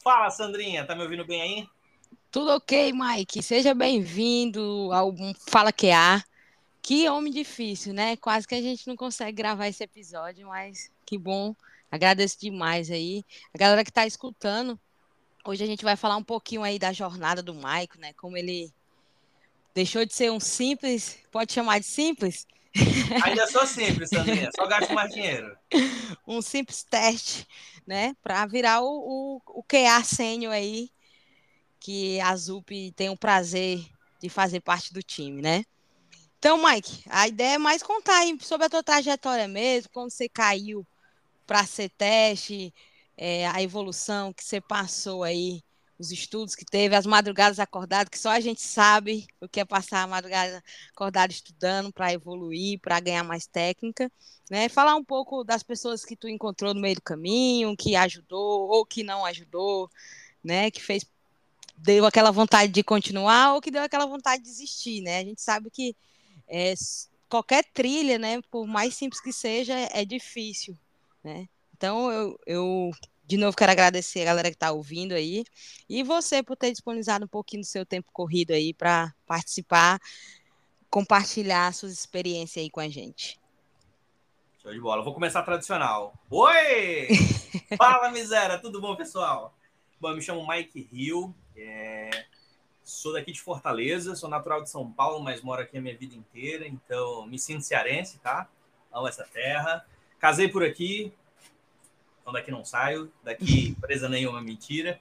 Fala, Sandrinha, tá me ouvindo bem aí? Tudo ok, Mike? Seja bem-vindo ao Fala QA. Que homem difícil, né? Quase que a gente não consegue gravar esse episódio, mas que bom. Agradeço demais aí. A galera que está escutando, hoje a gente vai falar um pouquinho aí da jornada do Mike, né? Como ele deixou de ser um simples, pode chamar de simples? Ainda sou simples, Sandrinha, só gasto mais dinheiro. Um simples teste, né? Para virar o QA sênior aí, que a ZUP tem o prazer de fazer parte do time, né? Então, Mike, a ideia é mais contar aí sobre a tua trajetória mesmo, como você caiu para ser teste, a evolução que você passou aí, os estudos que teve, as madrugadas acordadas, que só a gente sabe o que é passar a madrugada acordada estudando para evoluir, para ganhar mais técnica, né? Falar um pouco das pessoas que tu encontrou no meio do caminho, que ajudou ou que não ajudou, né? Que fez deu aquela vontade de continuar ou que deu aquela vontade de desistir, né? A gente sabe que qualquer trilha, né, por mais simples que seja, é difícil, né? Então, de novo quero agradecer a galera que está ouvindo aí e você por ter disponibilizado um pouquinho do seu tempo corrido aí para participar, compartilhar suas experiências aí com a gente. Show de bola. Vou começar tradicional. Oi! Fala, miséria! Tudo bom, pessoal? Bom, eu me chamo Mike Hill, sou daqui de Fortaleza, sou natural de São Paulo, mas moro aqui a minha vida inteira, então me sinto cearense, tá? Amo essa terra. Casei por aqui, então daqui não saio, daqui presa nenhuma, mentira.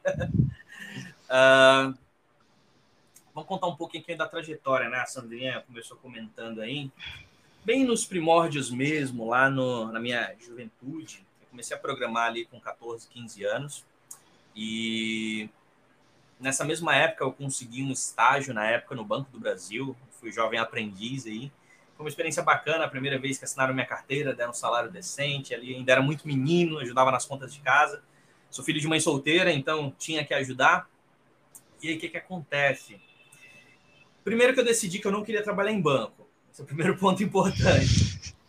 Vamos contar um pouquinho aqui da trajetória, né? A Sandrinha começou comentando aí. Bem nos primórdios mesmo, lá na minha juventude, eu comecei a programar ali com 14, 15 anos. E nessa mesma época eu consegui um estágio na época no Banco do Brasil. Fui jovem aprendiz aí. Foi uma experiência bacana, a primeira vez que assinaram minha carteira, deram um salário decente, ali ainda era muito menino, ajudava nas contas de casa. Sou filho de mãe solteira, então tinha que ajudar. E aí o que acontece? Primeiro que eu decidi que eu não queria trabalhar em banco. Esse é o primeiro ponto importante.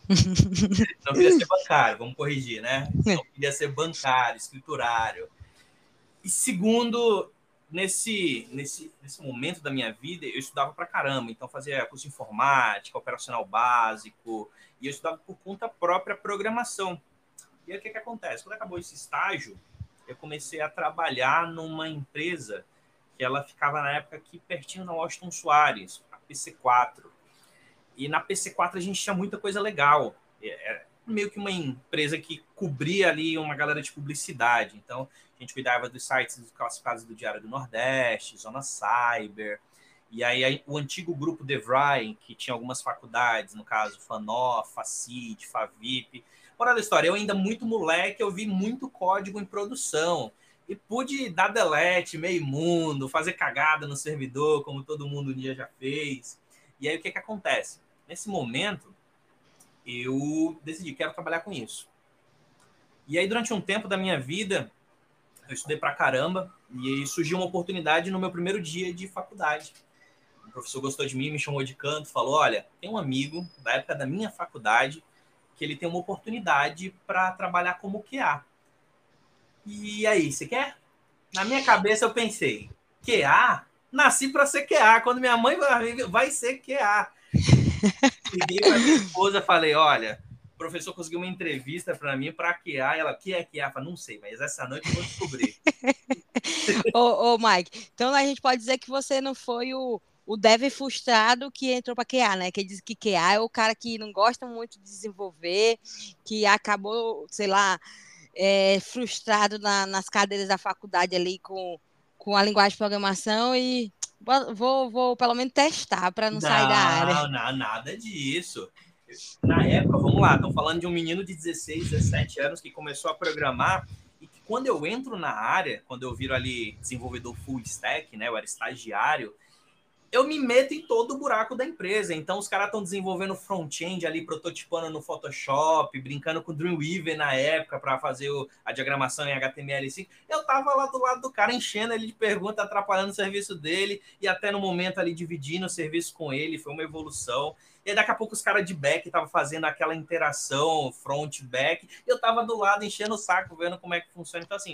Não queria ser bancário, vamos corrigir, né? Não queria ser bancário, escriturário. E segundo, nesse momento da minha vida, eu estudava pra caramba. Então, fazia curso de informática, operacional básico, e eu estudava por conta própria programação. E aí, o que acontece? Quando acabou esse estágio, eu comecei a trabalhar numa empresa que ela ficava na época aqui pertinho da Washington Soares, a PC4. E na PC4 a gente tinha muita coisa legal. Era meio que uma empresa que cobria ali uma galera de publicidade. Então, a gente cuidava dos sites classificados do Diário do Nordeste, Zona Cyber. E aí o antigo grupo DeVry, que tinha algumas faculdades, no caso FANOF, FACID, FAVIP. Moral da história, eu ainda muito moleque, eu vi muito código em produção. E pude dar delete, meio mundo, fazer cagada no servidor, como todo mundo um dia já fez. E aí o que acontece? Nesse momento, eu decidi, quero trabalhar com isso. E aí, durante um tempo da minha vida, eu estudei pra caramba, e aí surgiu uma oportunidade no meu primeiro dia de faculdade. O professor gostou de mim, me chamou de canto, falou: olha, tem um amigo da época da minha faculdade que ele tem uma oportunidade para trabalhar como QA. E aí, você quer? Na minha cabeça eu pensei, QA? Nasci para ser QA. Quando minha mãe vai ser QA. Liguei para minha esposa, falei: olha, o professor conseguiu uma entrevista para mim para QA. E ela, que é QA? Eu falei, não sei, mas essa noite eu vou descobrir. Ô, Mike, então a gente pode dizer que você não foi o dev frustrado que entrou para QA, né? Que diz que QA é o cara que não gosta muito de desenvolver, que acabou, sei lá, frustrado nas cadeiras da faculdade ali com a linguagem de programação e vou pelo menos testar para não sair da área. Não, não, nada disso. Na época, vamos lá, estão falando de um menino de 16, 17 anos que começou a programar e que quando eu entro na área, quando eu viro ali desenvolvedor full stack, né, eu era estagiário, eu me meto em todo o buraco da empresa. Então, os caras estão desenvolvendo front-end ali, prototipando no Photoshop, brincando com o Dreamweaver na época para fazer a diagramação em HTML5. Eu tava lá do lado do cara, enchendo ele de perguntas, atrapalhando o serviço dele e até no momento ali dividindo o serviço com ele. Foi uma evolução. E aí, daqui a pouco, os caras de back estavam fazendo aquela interação front-back. Eu tava do lado, enchendo o saco, vendo como é que funciona. Então, assim,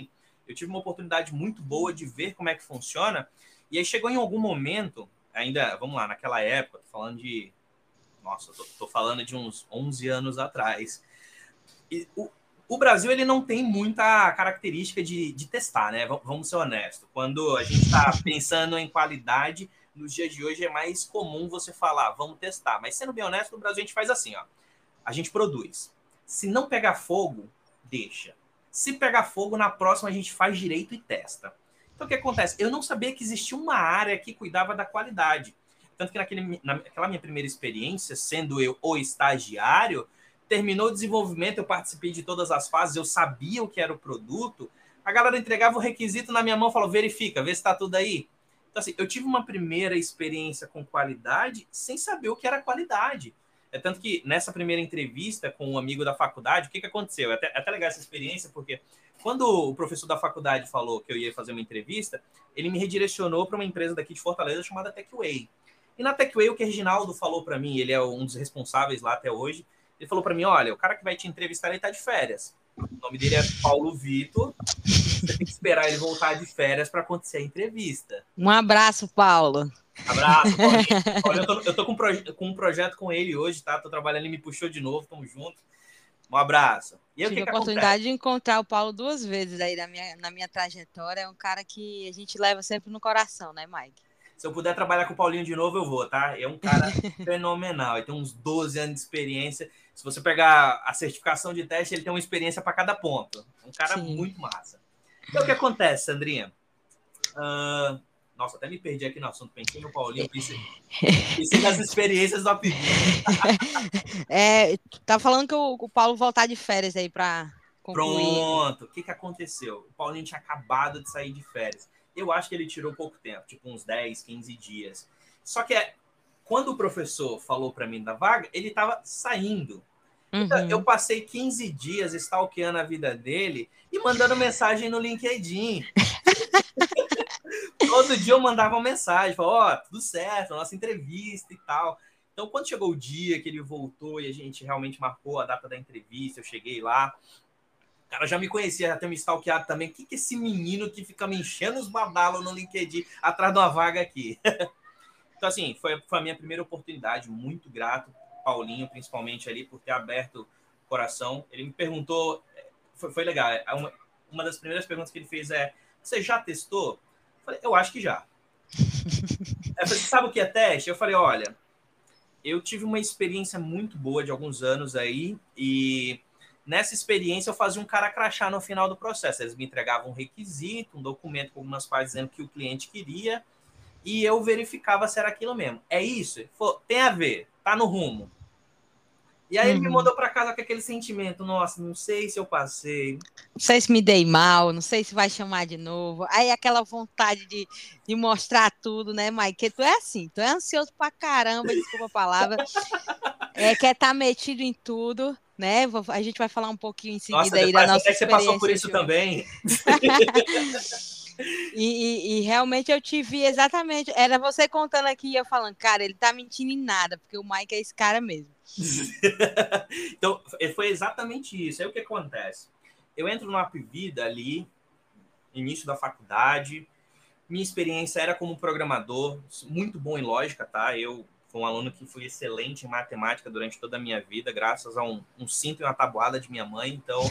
eu tive uma oportunidade muito boa de ver como é que funciona. E aí chegou em algum momento, ainda, vamos lá, naquela época, tô falando de... Nossa, tô falando de uns 11 anos atrás. E o Brasil, ele não tem muita característica de testar, né? Vamos ser honestos. Quando a gente está pensando em qualidade, nos dias de hoje é mais comum você falar, vamos testar. Mas sendo bem honesto, no Brasil a gente faz assim, ó. A gente produz. Se não pegar fogo, deixa. Se pegar fogo, na próxima a gente faz direito e testa. Então, o que acontece? Eu não sabia que existia uma área que cuidava da qualidade. Tanto que naquela minha primeira experiência, sendo eu o estagiário, terminou o desenvolvimento, eu participei de todas as fases, eu sabia o que era o produto, a galera entregava o requisito na minha mão e falou, verifica, vê se está tudo aí. Então, assim, eu tive uma primeira experiência com qualidade sem saber o que era qualidade. É tanto que nessa primeira entrevista com um amigo da faculdade, o que aconteceu? É até legal essa experiência, porque quando o professor da faculdade falou que eu ia fazer uma entrevista, ele me redirecionou para uma empresa daqui de Fortaleza chamada Techway. E na Techway, o que o Reginaldo falou para mim, ele é um dos responsáveis lá até hoje, ele falou para mim, olha, o cara que vai te entrevistar, ele está de férias. O nome dele é Paulo Vitor. Você tem que esperar ele voltar de férias para acontecer a entrevista. Um abraço, Paulo. Abraço, Paulinho. Paulinho, eu tô com um projeto com ele hoje, tá? Tô trabalhando, ele me puxou de novo, tamo junto. Um abraço. E aí, Tive o a que oportunidade acontece? de encontrar o Paulo 2 vezes aí na minha trajetória. É um cara que a gente leva sempre no coração, né, Mike? Se eu puder trabalhar com o Paulinho de novo, eu vou, tá? É um cara fenomenal. Ele tem uns 12 anos de experiência. Se você pegar a certificação de teste, ele tem uma experiência para cada ponto. Um cara Sim. muito massa. Então, o que acontece, Sandrinha? Nossa, até me perdi aqui no assunto. Pensei no Paulinho, pensei nas experiências do Apivida. Tá falando que o Paulo voltar de férias aí para concluir. Pronto. O que aconteceu? O Paulinho tinha acabado de sair de férias. Eu acho que ele tirou pouco tempo, tipo uns 10, 15 dias. Só que quando o professor falou para mim da vaga, ele estava saindo. Então, eu Uhum. passei 15 dias stalkeando a vida dele e mandando mensagem no LinkedIn. Todo dia eu mandava uma mensagem, falava, tudo certo, nossa entrevista e tal. Então, quando chegou o dia que ele voltou e a gente realmente marcou a data da entrevista, eu cheguei lá, o cara já me conhecia, já tem me stalkeado também. O que esse menino que fica me enchendo os badalos no LinkedIn atrás de uma vaga aqui? Então, assim, foi a minha primeira oportunidade, muito grato, Paulinho, principalmente ali, por ter aberto o coração. Ele me perguntou, foi legal, uma das primeiras perguntas que ele fez você já testou? Eu falei, eu acho que já. Aí eu falei, sabe o que é teste? Eu falei, olha, eu tive uma experiência muito boa de alguns anos aí e nessa experiência eu fazia um cara crachá no final do processo. Eles me entregavam um requisito, um documento com algumas partes dizendo que o cliente queria e eu verificava se era aquilo mesmo. É isso? Falou, tem a ver, tá no rumo. E aí ele me Uhum. mandou para casa com aquele sentimento, nossa, não sei se eu passei. Não sei se me dei mal, não sei se vai chamar de novo. Aí aquela vontade de mostrar tudo, né, Mike? Porque tu é assim, tu é ansioso pra caramba, desculpa a palavra. Quer estar metido em tudo, né? A gente vai falar um pouquinho em Nossa, seguida aí da parece nossa até que você passou por experiência isso junto. também. E realmente eu te vi exatamente. Era você contando aqui e eu falando, cara, ele tá mentindo em nada, porque o Mike é esse cara mesmo. Então, foi exatamente isso. Aí o que acontece? Eu entro no Apvida ali, início da faculdade. Minha experiência era como programador, muito bom em lógica, tá? Eu fui um aluno que fui excelente em matemática durante toda a minha vida, graças a um cinto e uma tabuada de minha mãe. Então,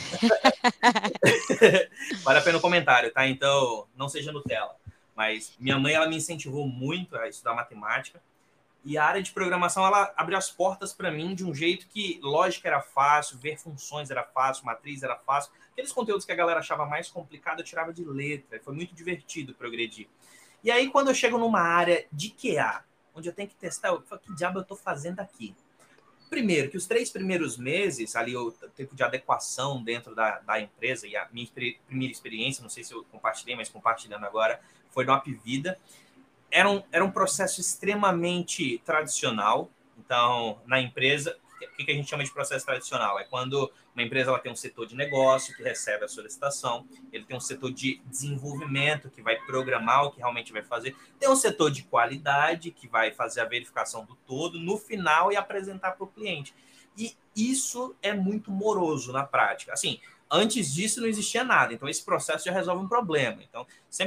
vale a pena o comentário, tá? Então, não seja Nutella. Mas minha mãe, ela me incentivou muito a estudar matemática. E a área de programação, ela abriu as portas para mim de um jeito que lógica era fácil, ver funções era fácil, matriz era fácil. Aqueles conteúdos que a galera achava mais complicado, eu tirava de letra. Foi muito divertido progredir. E aí, quando eu chego numa área de QA, onde eu tenho que testar, eu falo, que diabo eu estou fazendo aqui? Primeiro, que os 3 primeiros meses, ali, o tempo de adequação dentro da empresa, e a minha primeira experiência, não sei se eu compartilhei, mas compartilhando agora, foi no Apvida. Era um processo extremamente tradicional. Então, na empresa, o que a gente chama de processo tradicional? É quando uma empresa ela tem um setor de negócio que recebe a solicitação, ele tem um setor de desenvolvimento que vai programar o que realmente vai fazer, tem um setor de qualidade que vai fazer a verificação do todo no final e apresentar para o cliente. E isso é muito moroso na prática. Assim, Antes disso, não existia nada. Então, esse processo já resolve um problema. Então,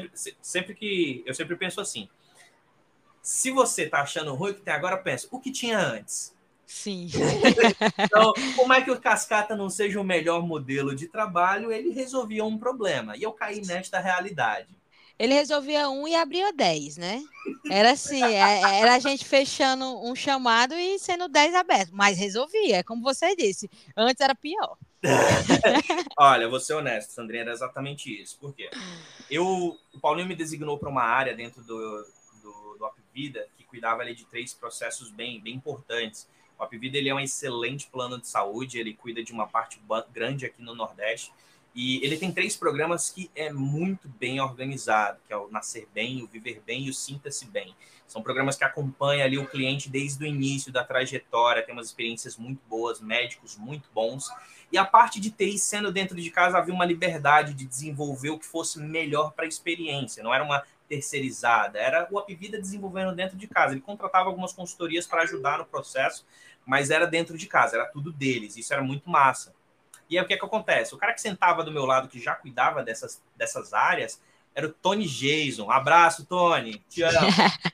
eu sempre penso assim, se você está achando ruim o que tem agora, pensa, o que tinha antes? Sim. Então, como é que o Cascata não seja o melhor modelo de trabalho, ele resolvia um problema. E eu caí nesta realidade. Ele resolvia um e abria 10, né? Era assim, era a gente fechando um chamado e sendo 10 abertos, mas resolvia, como você disse. Antes era pior. Olha, vou ser honesto, Sandrinha, era exatamente isso. Por quê? O Paulinho me designou para uma área dentro do Apvida que cuidava ali de 3 processos bem importantes. O Apvida ele é um excelente plano de saúde, ele cuida de uma parte grande aqui no Nordeste e ele tem 3 programas que é muito bem organizado, que é o Nascer Bem, o Viver Bem e o Sinta-se Bem. São programas que acompanham ali o cliente desde o início da trajetória, tem umas experiências muito boas, médicos muito bons. E a parte de TI, sendo dentro de casa, havia uma liberdade de desenvolver o que fosse melhor para a experiência. Não era uma terceirizada, era o Apvida desenvolvendo dentro de casa. Ele contratava algumas consultorias para ajudar no processo, mas era dentro de casa, era tudo deles. Isso era muito massa. E aí o que acontece? O cara que sentava do meu lado, que já cuidava dessas áreas, era o Tony Jason. Abraço, Tony. Te amo.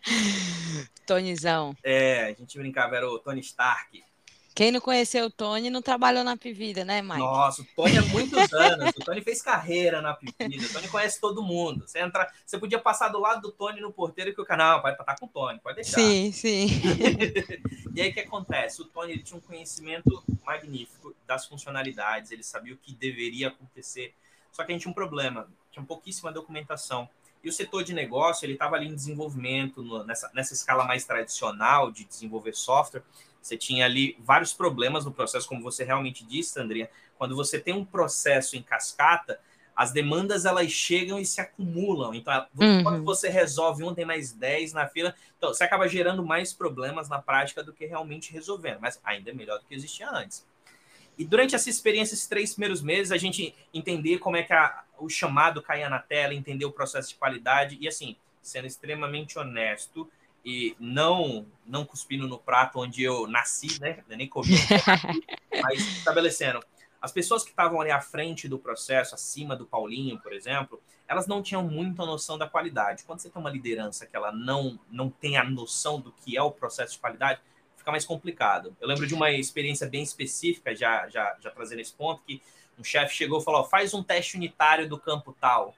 Tonizão. A gente brincava, era o Tony Stark. Quem não conheceu o Tony não trabalhou na Apvida, né, Mike? Nossa, o Tony há muitos anos. O Tony fez carreira na Apvida. O Tony conhece todo mundo. Você podia passar do lado do Tony no porteiro que o canal vai estar com o Tony, pode deixar. Sim, sim. E aí o que acontece? O Tony ele tinha um conhecimento magnífico das funcionalidades, ele sabia o que deveria acontecer. Só que a gente tinha um problema, tinha pouquíssima documentação. E o setor de negócio ele estava ali em desenvolvimento, nessa escala mais tradicional de desenvolver software. Você tinha ali vários problemas no processo, como você realmente disse, Andrinha. Quando você tem um processo em cascata, as demandas elas chegam e se acumulam. Então, quando você resolve um, tem mais 10 na fila. Então, você acaba gerando mais problemas na prática do que realmente resolvendo. Mas ainda é melhor do que existia antes. E durante essa experiência, esses 3 primeiros meses, a gente entender como é que o chamado caía na tela, entender o processo de qualidade. E assim, sendo extremamente honesto, e não cuspindo no prato onde eu nasci, né? Eu nem comi, mas estabelecendo. As pessoas que estavam ali à frente do processo, acima do Paulinho, por exemplo, elas não tinham muita noção da qualidade. Quando você tem uma liderança que ela não tem a noção do que é o processo de qualidade, fica mais complicado. Eu lembro de uma experiência bem específica, já trazendo esse ponto, que um chefe chegou e falou, faz um teste unitário do campo tal.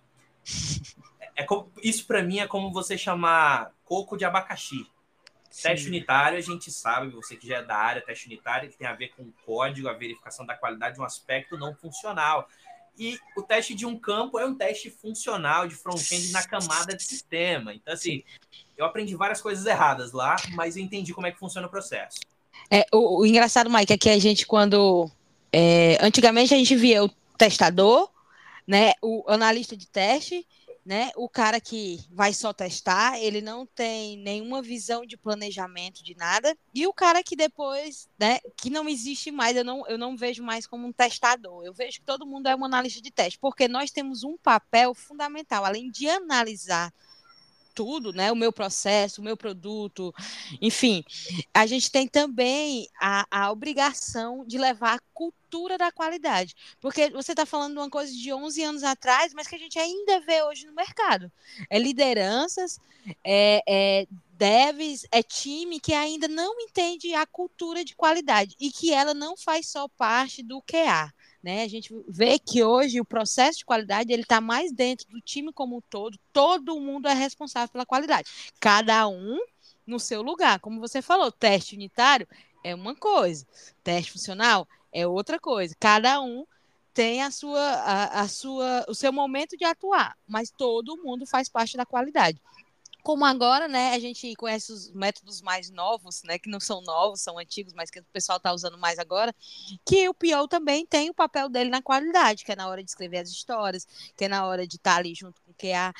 Isso para mim é como você chamar coco de abacaxi. Sim. Teste unitário, a gente sabe, você que já é da área, teste unitário, que tem a ver com o código, a verificação da qualidade de um aspecto não funcional. E o teste de um campo é um teste funcional de front-end na camada de sistema. Então, assim, eu aprendi várias coisas erradas lá, mas eu entendi como é que funciona o processo. O engraçado, Mike, é que a gente, antigamente a gente via o testador, né, o analista de teste, né, o cara que vai só testar, ele não tem nenhuma visão de planejamento de nada, e o cara que depois, né, que não existe mais, eu não vejo mais como um testador, eu vejo que todo mundo é um analista de teste, porque nós temos um papel fundamental, além de analisar tudo, né? O meu processo, o meu produto, enfim, a gente tem também a obrigação de levar a cultura da qualidade, porque você está falando de uma coisa de 11 anos atrás, mas que a gente ainda vê hoje no mercado. É lideranças, devs, é time que ainda não entende a cultura de qualidade e que ela não faz só parte do QA. Né? A gente vê que hoje o processo de qualidade ele está mais dentro do time como um todo mundo é responsável pela qualidade, cada um no seu lugar. Como você falou, teste unitário é uma coisa, teste funcional é outra coisa, cada um tem o seu momento de atuar, mas todo mundo faz parte da qualidade. Como agora, né, a gente conhece os métodos mais novos, né, que não são novos, são antigos, mas que o pessoal está usando mais agora, que o PO também tem o papel dele na qualidade, que é na hora de escrever as histórias, que é na hora de estar ali junto com o QA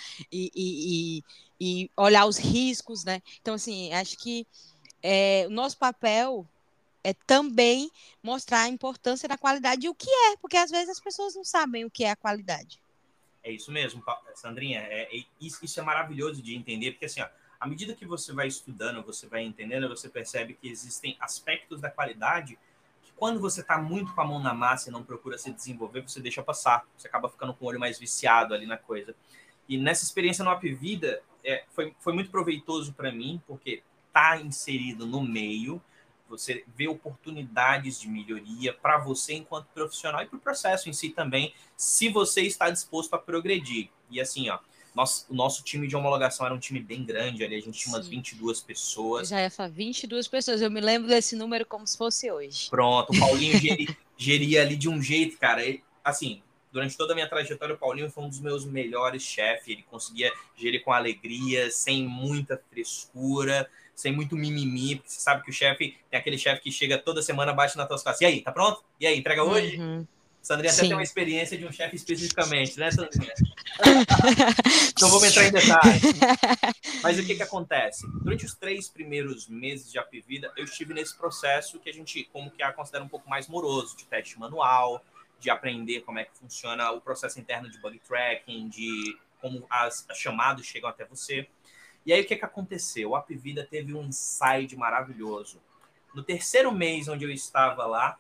e olhar os riscos, né? Então, assim, acho que o nosso papel é também mostrar a importância da qualidade e o que é, porque às vezes as pessoas não sabem o que é a qualidade. É isso mesmo, Sandrinha. Isso é maravilhoso de entender, porque assim, ó, à medida que você vai estudando, você vai entendendo, você percebe que existem aspectos da qualidade que quando você está muito com a mão na massa e não procura se desenvolver, você deixa passar. Você acaba ficando com o olho mais viciado ali na coisa. E nessa experiência no Apvida, foi muito proveitoso para mim, porque tá inserido no meio, você vê oportunidades de melhoria para você enquanto profissional e para o processo em si também, se você está disposto a progredir. E assim, ó, o nosso time de homologação era um time bem grande, ali a gente tinha umas 22 Eu pessoas. já ia falar 22 pessoas. Eu me lembro desse número como se fosse hoje. Pronto, o Paulinho geria ali de um jeito, cara. Assim, durante toda a minha trajetória, o Paulinho foi um dos meus melhores chefes. Ele conseguia gerir com alegria, sem muita frescura, sem muito mimimi, porque você sabe que o chefe tem aquele chefe que chega toda semana, bate na tua costas. E aí, tá pronto? E aí, entrega hoje? Uhum. Sandrinha até tem uma Sim. experiência de um chefe especificamente, né, Sandrinha? Não vamos entrar em detalhes. Mas o que acontece? Durante os 3 primeiros meses de Apvida, eu estive nesse processo que a gente, como que considera um pouco mais moroso, de teste manual, de aprender como é que funciona o processo interno de bug tracking, de como as chamadas chegam até você. E aí o que aconteceu? O Apvida teve um insight maravilhoso. No 3º mês onde eu estava lá,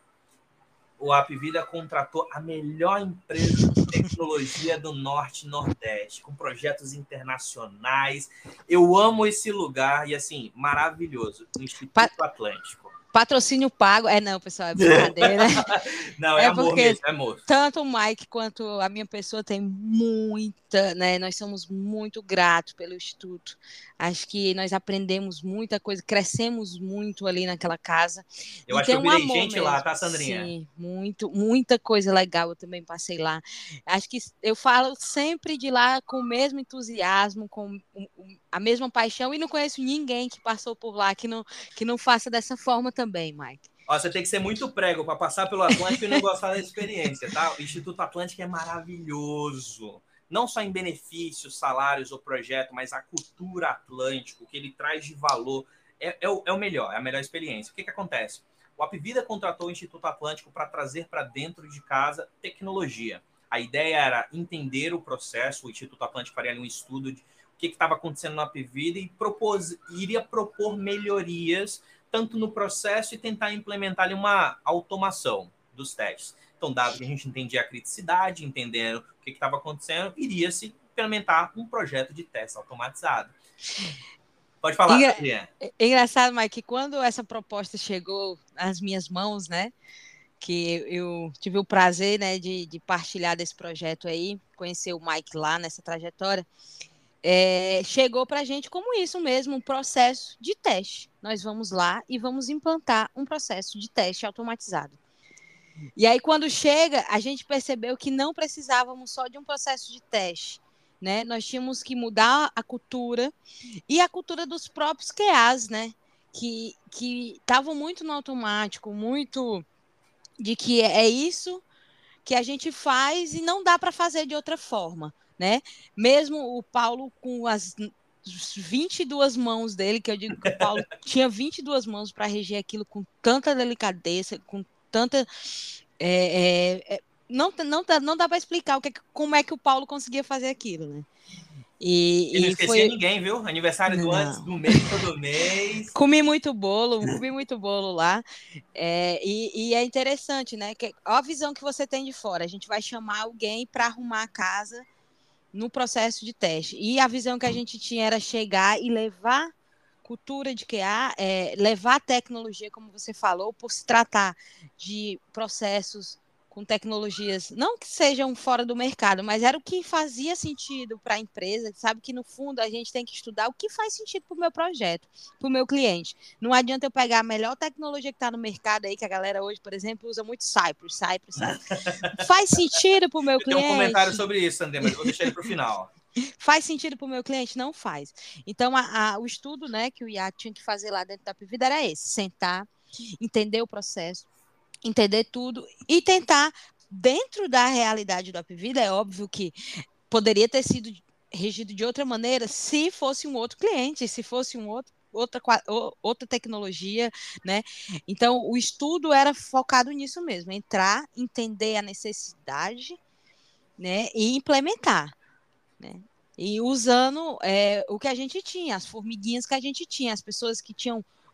o Apvida contratou a melhor empresa de tecnologia do Norte e Nordeste, com projetos internacionais. Eu amo esse lugar e, assim, maravilhoso. O Instituto Atlântico. Patrocínio pago. Não, pessoal, é brincadeira. Não, é amor porque mesmo, é amor. tanto o Mike quanto a minha pessoa tem muita, né? Nós somos muito gratos pelo Instituto. Acho que nós aprendemos muita coisa, crescemos muito ali naquela casa. Eu E acho que tem eu um virei amor gente lá, mesmo. tá, Sandrinha? Sim, muita coisa legal. Eu também passei lá. Acho que eu falo sempre de lá com o mesmo entusiasmo, com a mesma paixão, e não conheço ninguém que passou por lá que não faça dessa forma também, Mike. Ó, você tem que ser muito prego para passar pelo Atlântico e não gostar da experiência, tá? O Instituto Atlântico é maravilhoso. Não só em benefícios, salários ou projeto, mas a cultura Atlântico, o que ele traz de valor, é o melhor, é a melhor experiência. O que acontece? O Apvida contratou o Instituto Atlântico para trazer para dentro de casa tecnologia. A ideia era entender o processo, o Instituto Atlântico faria ali um estudo de o que estava acontecendo no Apvida e iria propor melhorias tanto no processo e tentar implementar ali uma automação dos testes. Então, dado que a gente entendia a criticidade, entendendo o que estava acontecendo, iria-se implementar um projeto de teste automatizado. Pode falar, Sandrinha. Engraçado, Mike, que quando essa proposta chegou às minhas mãos, né, que eu tive o prazer, né, de partilhar desse projeto aí, conhecer o Mike lá nessa trajetória, chegou para a gente como isso mesmo, um processo de teste. Nós vamos lá e vamos implantar um processo de teste automatizado. E aí, quando chega, a gente percebeu que não precisávamos só de um processo de teste, né? Nós tínhamos que mudar a cultura e a cultura dos próprios QAs, né? Que estavam muito no automático, muito de que é isso que a gente faz e não dá para fazer de outra forma, né? Mesmo o Paulo com as 22 mãos dele, que eu digo que o Paulo tinha 22 mãos para reger aquilo com tanta delicadeza, com tanta não dá para explicar como é que o Paulo conseguia fazer aquilo, né? E não E esquecia foi. ninguém, viu? Aniversário do antes, Não. do mês, todo mês. Comi muito bolo lá. E é interessante, né? Que, ó a visão que você tem de fora. A gente vai chamar alguém para arrumar a casa no processo de teste. E a visão que a gente tinha era chegar e levar cultura de QA, levar tecnologia, como você falou, por se tratar de processos com tecnologias, não que sejam fora do mercado, mas era o que fazia sentido para a empresa, sabe que no fundo a gente tem que estudar o que faz sentido para o meu projeto, para o meu cliente. Não adianta eu pegar a melhor tecnologia que está no mercado aí, que a galera hoje, por exemplo, usa muito Cypress. Faz sentido para o meu Eu tenho um comentário cliente? sobre isso, Sandrinha, mas eu vou deixar ele para o final. Faz sentido para o meu cliente? Não faz. Então, o estudo, né, que o IA tinha que fazer lá dentro da Apvida era esse: sentar, entender o processo, entender tudo e tentar, dentro da realidade do Apvida, é óbvio que poderia ter sido regido de outra maneira se fosse um outro cliente, se fosse outra tecnologia, né? Então, o estudo era focado nisso mesmo: entrar, entender a necessidade, né, e implementar, né? E usando o que a gente tinha, as formiguinhas que a gente tinha, as pessoas que tinham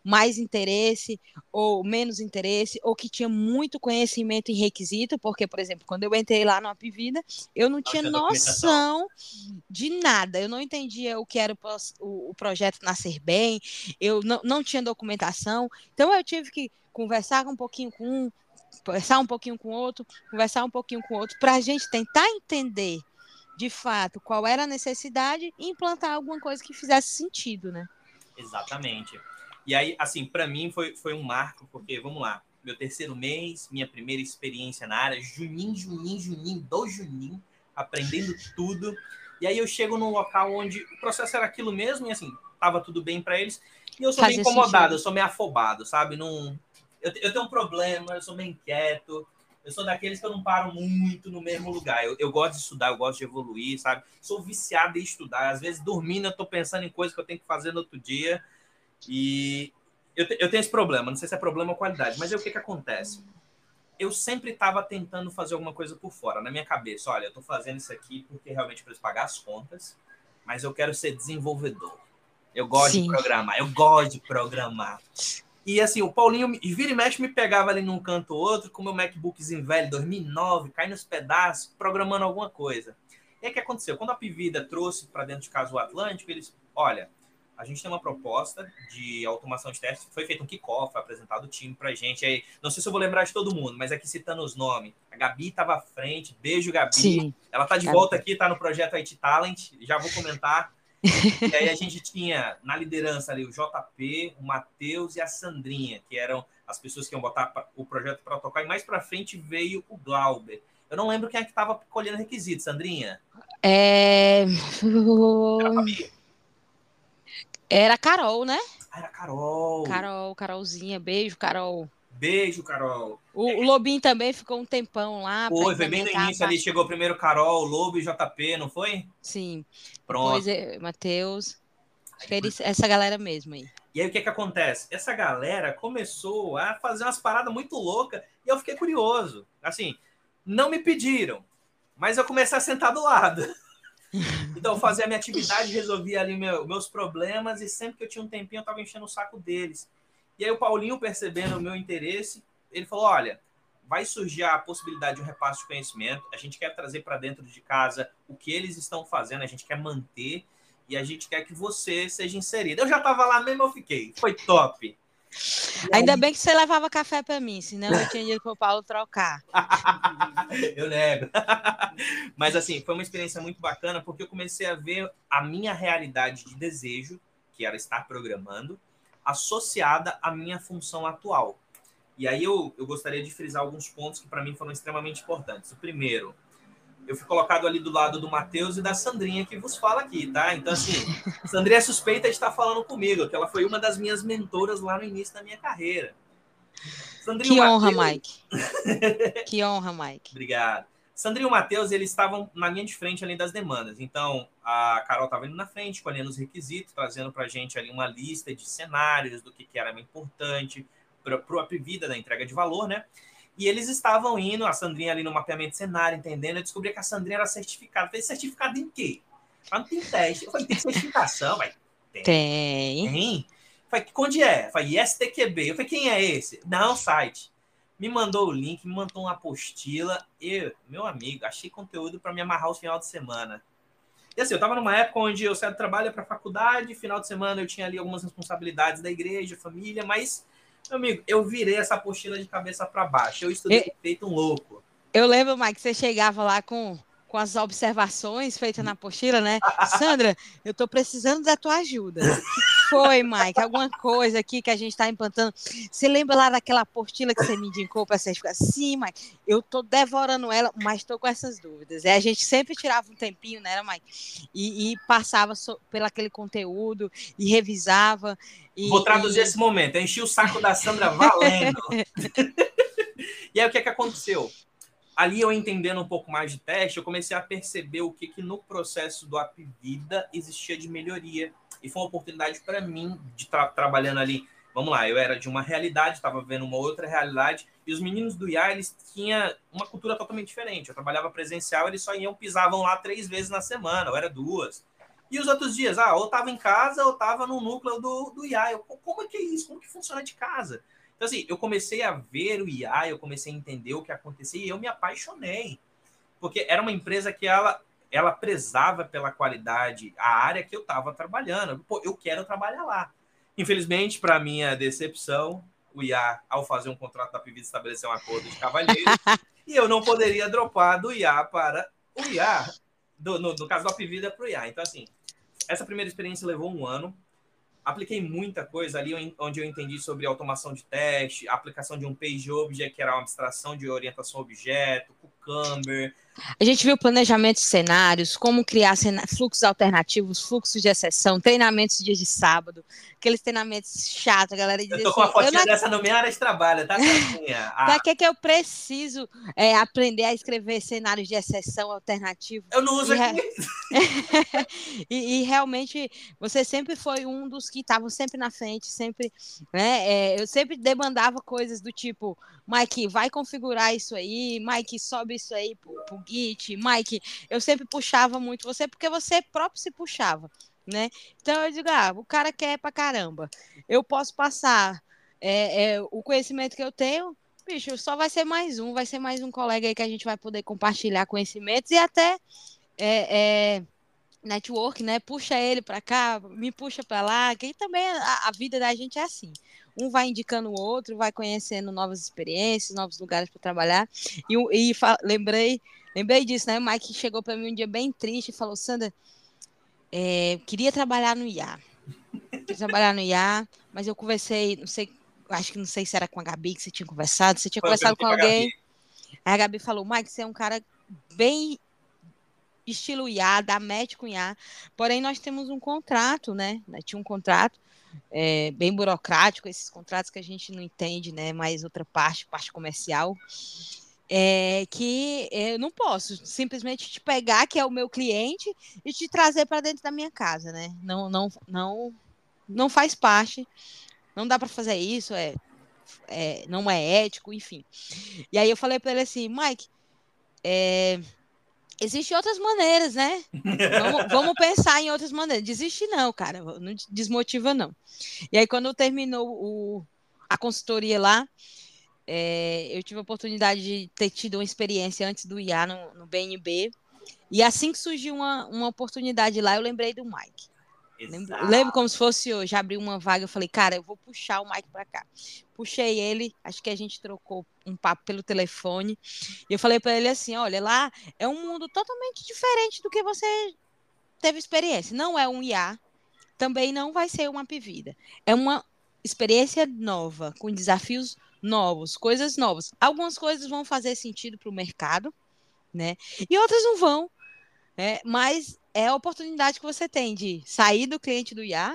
mais interesse ou menos interesse, ou que tinha muito conhecimento em requisito, porque, por exemplo, quando eu entrei lá no Apvida, eu não tinha noção de nada, eu não entendia o que era o projeto Nascer Bem, eu não tinha documentação, então eu tive que conversar um pouquinho com um, conversar um pouquinho com o outro, conversar um pouquinho com o outro, para a gente tentar entender de fato qual era a necessidade e implantar alguma coisa que fizesse sentido, né? Exatamente. E aí, assim, para mim foi um marco, porque, vamos lá, meu terceiro mês, minha primeira experiência na área, Juninho, do Juninho, aprendendo tudo. E aí eu chego num local onde o processo era aquilo mesmo, e assim, tava tudo bem para eles. E eu sou meio incomodado, eu sou meio afobado, sabe? Não, eu tenho um problema, eu sou meio inquieto, eu sou daqueles que eu não paro muito no mesmo lugar. Eu gosto de estudar, eu gosto de evoluir, sabe? Sou viciado em estudar. Às vezes, dormindo, eu tô pensando em coisas que eu tenho que fazer no outro dia. E eu tenho esse problema. Não sei se é problema ou qualidade, mas aí o que acontece? Eu sempre estava tentando fazer alguma coisa por fora. Na minha cabeça, olha, eu tô fazendo isso aqui porque realmente preciso pagar as contas, mas eu quero ser desenvolvedor. Eu gosto de programar, eu gosto de programar. E assim, o Paulinho, vira e mexe, me pegava ali num canto ou outro, com meu MacBookzinho velho, 2009, cai nos pedaços, programando alguma coisa. E aí o que aconteceu? Quando a Apvida trouxe para dentro de casa o Atlântico, eles, olha, a gente tem uma proposta de automação de testes, foi feito um kickoff, foi apresentado o time pra gente. Aí, não sei se eu vou lembrar de todo mundo, mas aqui citando os nomes. A Gabi estava à frente, beijo, Gabi. Sim. Ela tá de volta aqui, tá no projeto IT Talent, já vou comentar. E aí a gente tinha na liderança ali o JP, o Matheus e a Sandrinha, que eram as pessoas que iam botar o projeto para tocar. E mais para frente veio o Glauber. Eu não lembro quem é que estava colhendo requisitos, Sandrinha. Era a Fabi? Era a Carol, né? Era a Carol. Carolzinha, beijo, Carol. Beijo, Carol. O Lobinho também ficou um tempão lá. Foi bem no início ali, chegou primeiro Carol, Lobo e JP, não foi? Sim. Pronto. Depois Matheus. Acho que era essa galera mesmo aí. E aí o que acontece? Essa galera começou a fazer umas paradas muito loucas e eu fiquei curioso. Assim, não me pediram, mas eu comecei a sentar do lado. Então eu fazia a minha atividade, resolvia ali meus problemas e sempre que eu tinha um tempinho eu estava enchendo o saco deles. E aí o Paulinho, percebendo o meu interesse, ele falou, olha, vai surgir a possibilidade de um repasse de conhecimento, a gente quer trazer para dentro de casa o que eles estão fazendo, a gente quer manter e a gente quer que você seja inserido. Eu já estava lá mesmo, eu fiquei. Foi top. Ainda bem que você levava café para mim, senão eu tinha ido para o Paulo trocar. Eu nego. Mas assim, foi uma experiência muito bacana porque eu comecei a ver a minha realidade de desejo, que era estar programando, associada à minha função atual. E aí eu gostaria de frisar alguns pontos que para mim foram extremamente importantes. O primeiro, eu fui colocado ali do lado do Matheus e da Sandrinha, que vos fala aqui, tá? Então, assim, Sandrinha é suspeita de estar falando comigo, que ela foi uma das minhas mentoras lá no início da minha carreira. Sandrinha que honra, Mike. Que honra, Mike. Obrigado. Sandrinha e o Matheus, eles estavam na linha de frente ali das demandas. Então, a Carol estava indo na frente, colhendo os requisitos, trazendo para a gente ali uma lista de cenários do que era importante para o Apvida da entrega de valor, né? E eles estavam indo, a Sandrinha ali no mapeamento de cenário, entendendo. Eu descobri que a Sandrinha era certificada. Fez certificado em quê? Mas não tem teste. Eu falei, tem certificação? Vai. Tem. Falei, onde é? Eu falei, ISTQB. Eu falei, quem é esse? Não, site. Me mandou o link, me mandou uma apostila. Eu, meu amigo, achei conteúdo para me amarrar o final de semana. E assim, eu estava numa época onde eu saía do trabalho para a faculdade, final de semana eu tinha ali algumas responsabilidades da igreja, família, mas... Meu amigo, eu virei essa apostila de cabeça para baixo. Eu estudei feito um louco. Eu lembro, Mike, que você chegava lá com as observações feitas na apostila, né? Sandra, eu tô precisando da tua ajuda. O que foi, Mike? Alguma coisa aqui que a gente está implantando? Você lembra lá daquela apostila que você me indicou para certificar? Sim, Mike, eu tô devorando ela, mas tô com essas dúvidas. E a gente sempre tirava um tempinho, né, Mike? E passava pelo aquele conteúdo e revisava. Vou traduzir esse momento. Eu enchi o saco da Sandra valendo. E aí, o que aconteceu? Ali, eu entendendo um pouco mais de teste, eu comecei a perceber o que no processo do Apvida existia de melhoria. E foi uma oportunidade para mim de trabalhando ali. Vamos lá, eu era de uma realidade, estava vendo uma outra realidade. E os meninos do IA, eles tinham uma cultura totalmente diferente. Eu trabalhava presencial, eles só pisavam lá 3 vezes na semana, ou era 2. E os outros dias, ou estava em casa ou estava no núcleo do IA. Como é que é isso? Como que funciona de casa? Então, assim, eu comecei a ver o IA, eu comecei a entender o que acontecia e eu me apaixonei. Porque era uma empresa que ela prezava pela qualidade, a área que eu estava trabalhando. Pô, eu quero trabalhar lá. Infelizmente, para minha decepção, o IA, ao fazer um contrato da Pivida, estabeleceu um acordo de cavalheiro e eu não poderia dropar do IA para o IA, no caso da Pivida para o IA. Então, assim, essa primeira experiência levou um ano. Apliquei muita coisa ali onde eu entendi sobre automação de teste, aplicação de um page object, que era uma abstração de orientação a objeto, Cucumber. A gente viu planejamento de cenários, como criar fluxos alternativos, fluxos de exceção, treinamentos dias de sábado, aqueles treinamentos chatos, a galera dizia Eu tô com assim, uma fotinha dessa na minha área de trabalho, tá, Sandrinha? para que eu preciso aprender a escrever cenários de exceção alternativo? Eu não uso aqui. E realmente você sempre foi um dos que estavam sempre na frente, sempre, né? Eu sempre demandava coisas do tipo, Mike, vai configurar isso aí, Mike, sobe isso aí pro Git, Mike, eu sempre puxava muito você, porque você próprio se puxava, né? Então eu digo, o cara quer pra caramba, eu posso passar o conhecimento que eu tenho, bicho, só vai ser mais um colega aí que a gente vai poder compartilhar conhecimentos e até network, né? Puxa ele para cá, me puxa para lá, que também a vida da gente é assim. Um vai indicando o outro, vai conhecendo novas experiências, novos lugares para trabalhar. Lembrei disso, né? O Mike chegou para mim um dia bem triste e falou: Sandra, queria trabalhar no IA. Queria trabalhar no IA, mas eu conversei, não sei se era com a Gabi que você tinha conversado, você tinha conversado com alguém. Aí a Gabi falou: Mike, você é um cara bem estilo IA, dá match com IA, porém nós temos um contrato, né? Tinha um contrato bem burocrático, esses contratos que a gente não entende, né? Mais outra parte comercial, que eu não posso simplesmente te pegar, que é o meu cliente, e te trazer para dentro da minha casa, né? Não faz parte, não dá para fazer isso, não é ético, enfim. E aí eu falei para ele assim, Mike, existem outras maneiras, né? Vamos pensar em outras maneiras. Desiste não, cara. Não desmotiva, não. E aí, quando terminou a consultoria lá, eu tive a oportunidade de ter tido uma experiência antes do IA no BNB. E assim que surgiu uma oportunidade lá, eu lembrei do Mike. Lembro como se fosse hoje. Abri uma vaga, eu falei, cara, eu vou puxar o Mike para cá. Puxei ele, acho que a gente trocou um papo pelo telefone. E eu falei para ele assim: olha, lá é um mundo totalmente diferente do que você teve experiência. Não é um IA, também não vai ser uma Pivida. É uma experiência nova, com desafios novos, coisas novas. Algumas coisas vão fazer sentido para o mercado, né? E outras não vão. Mas é a oportunidade que você tem de sair do cliente do IA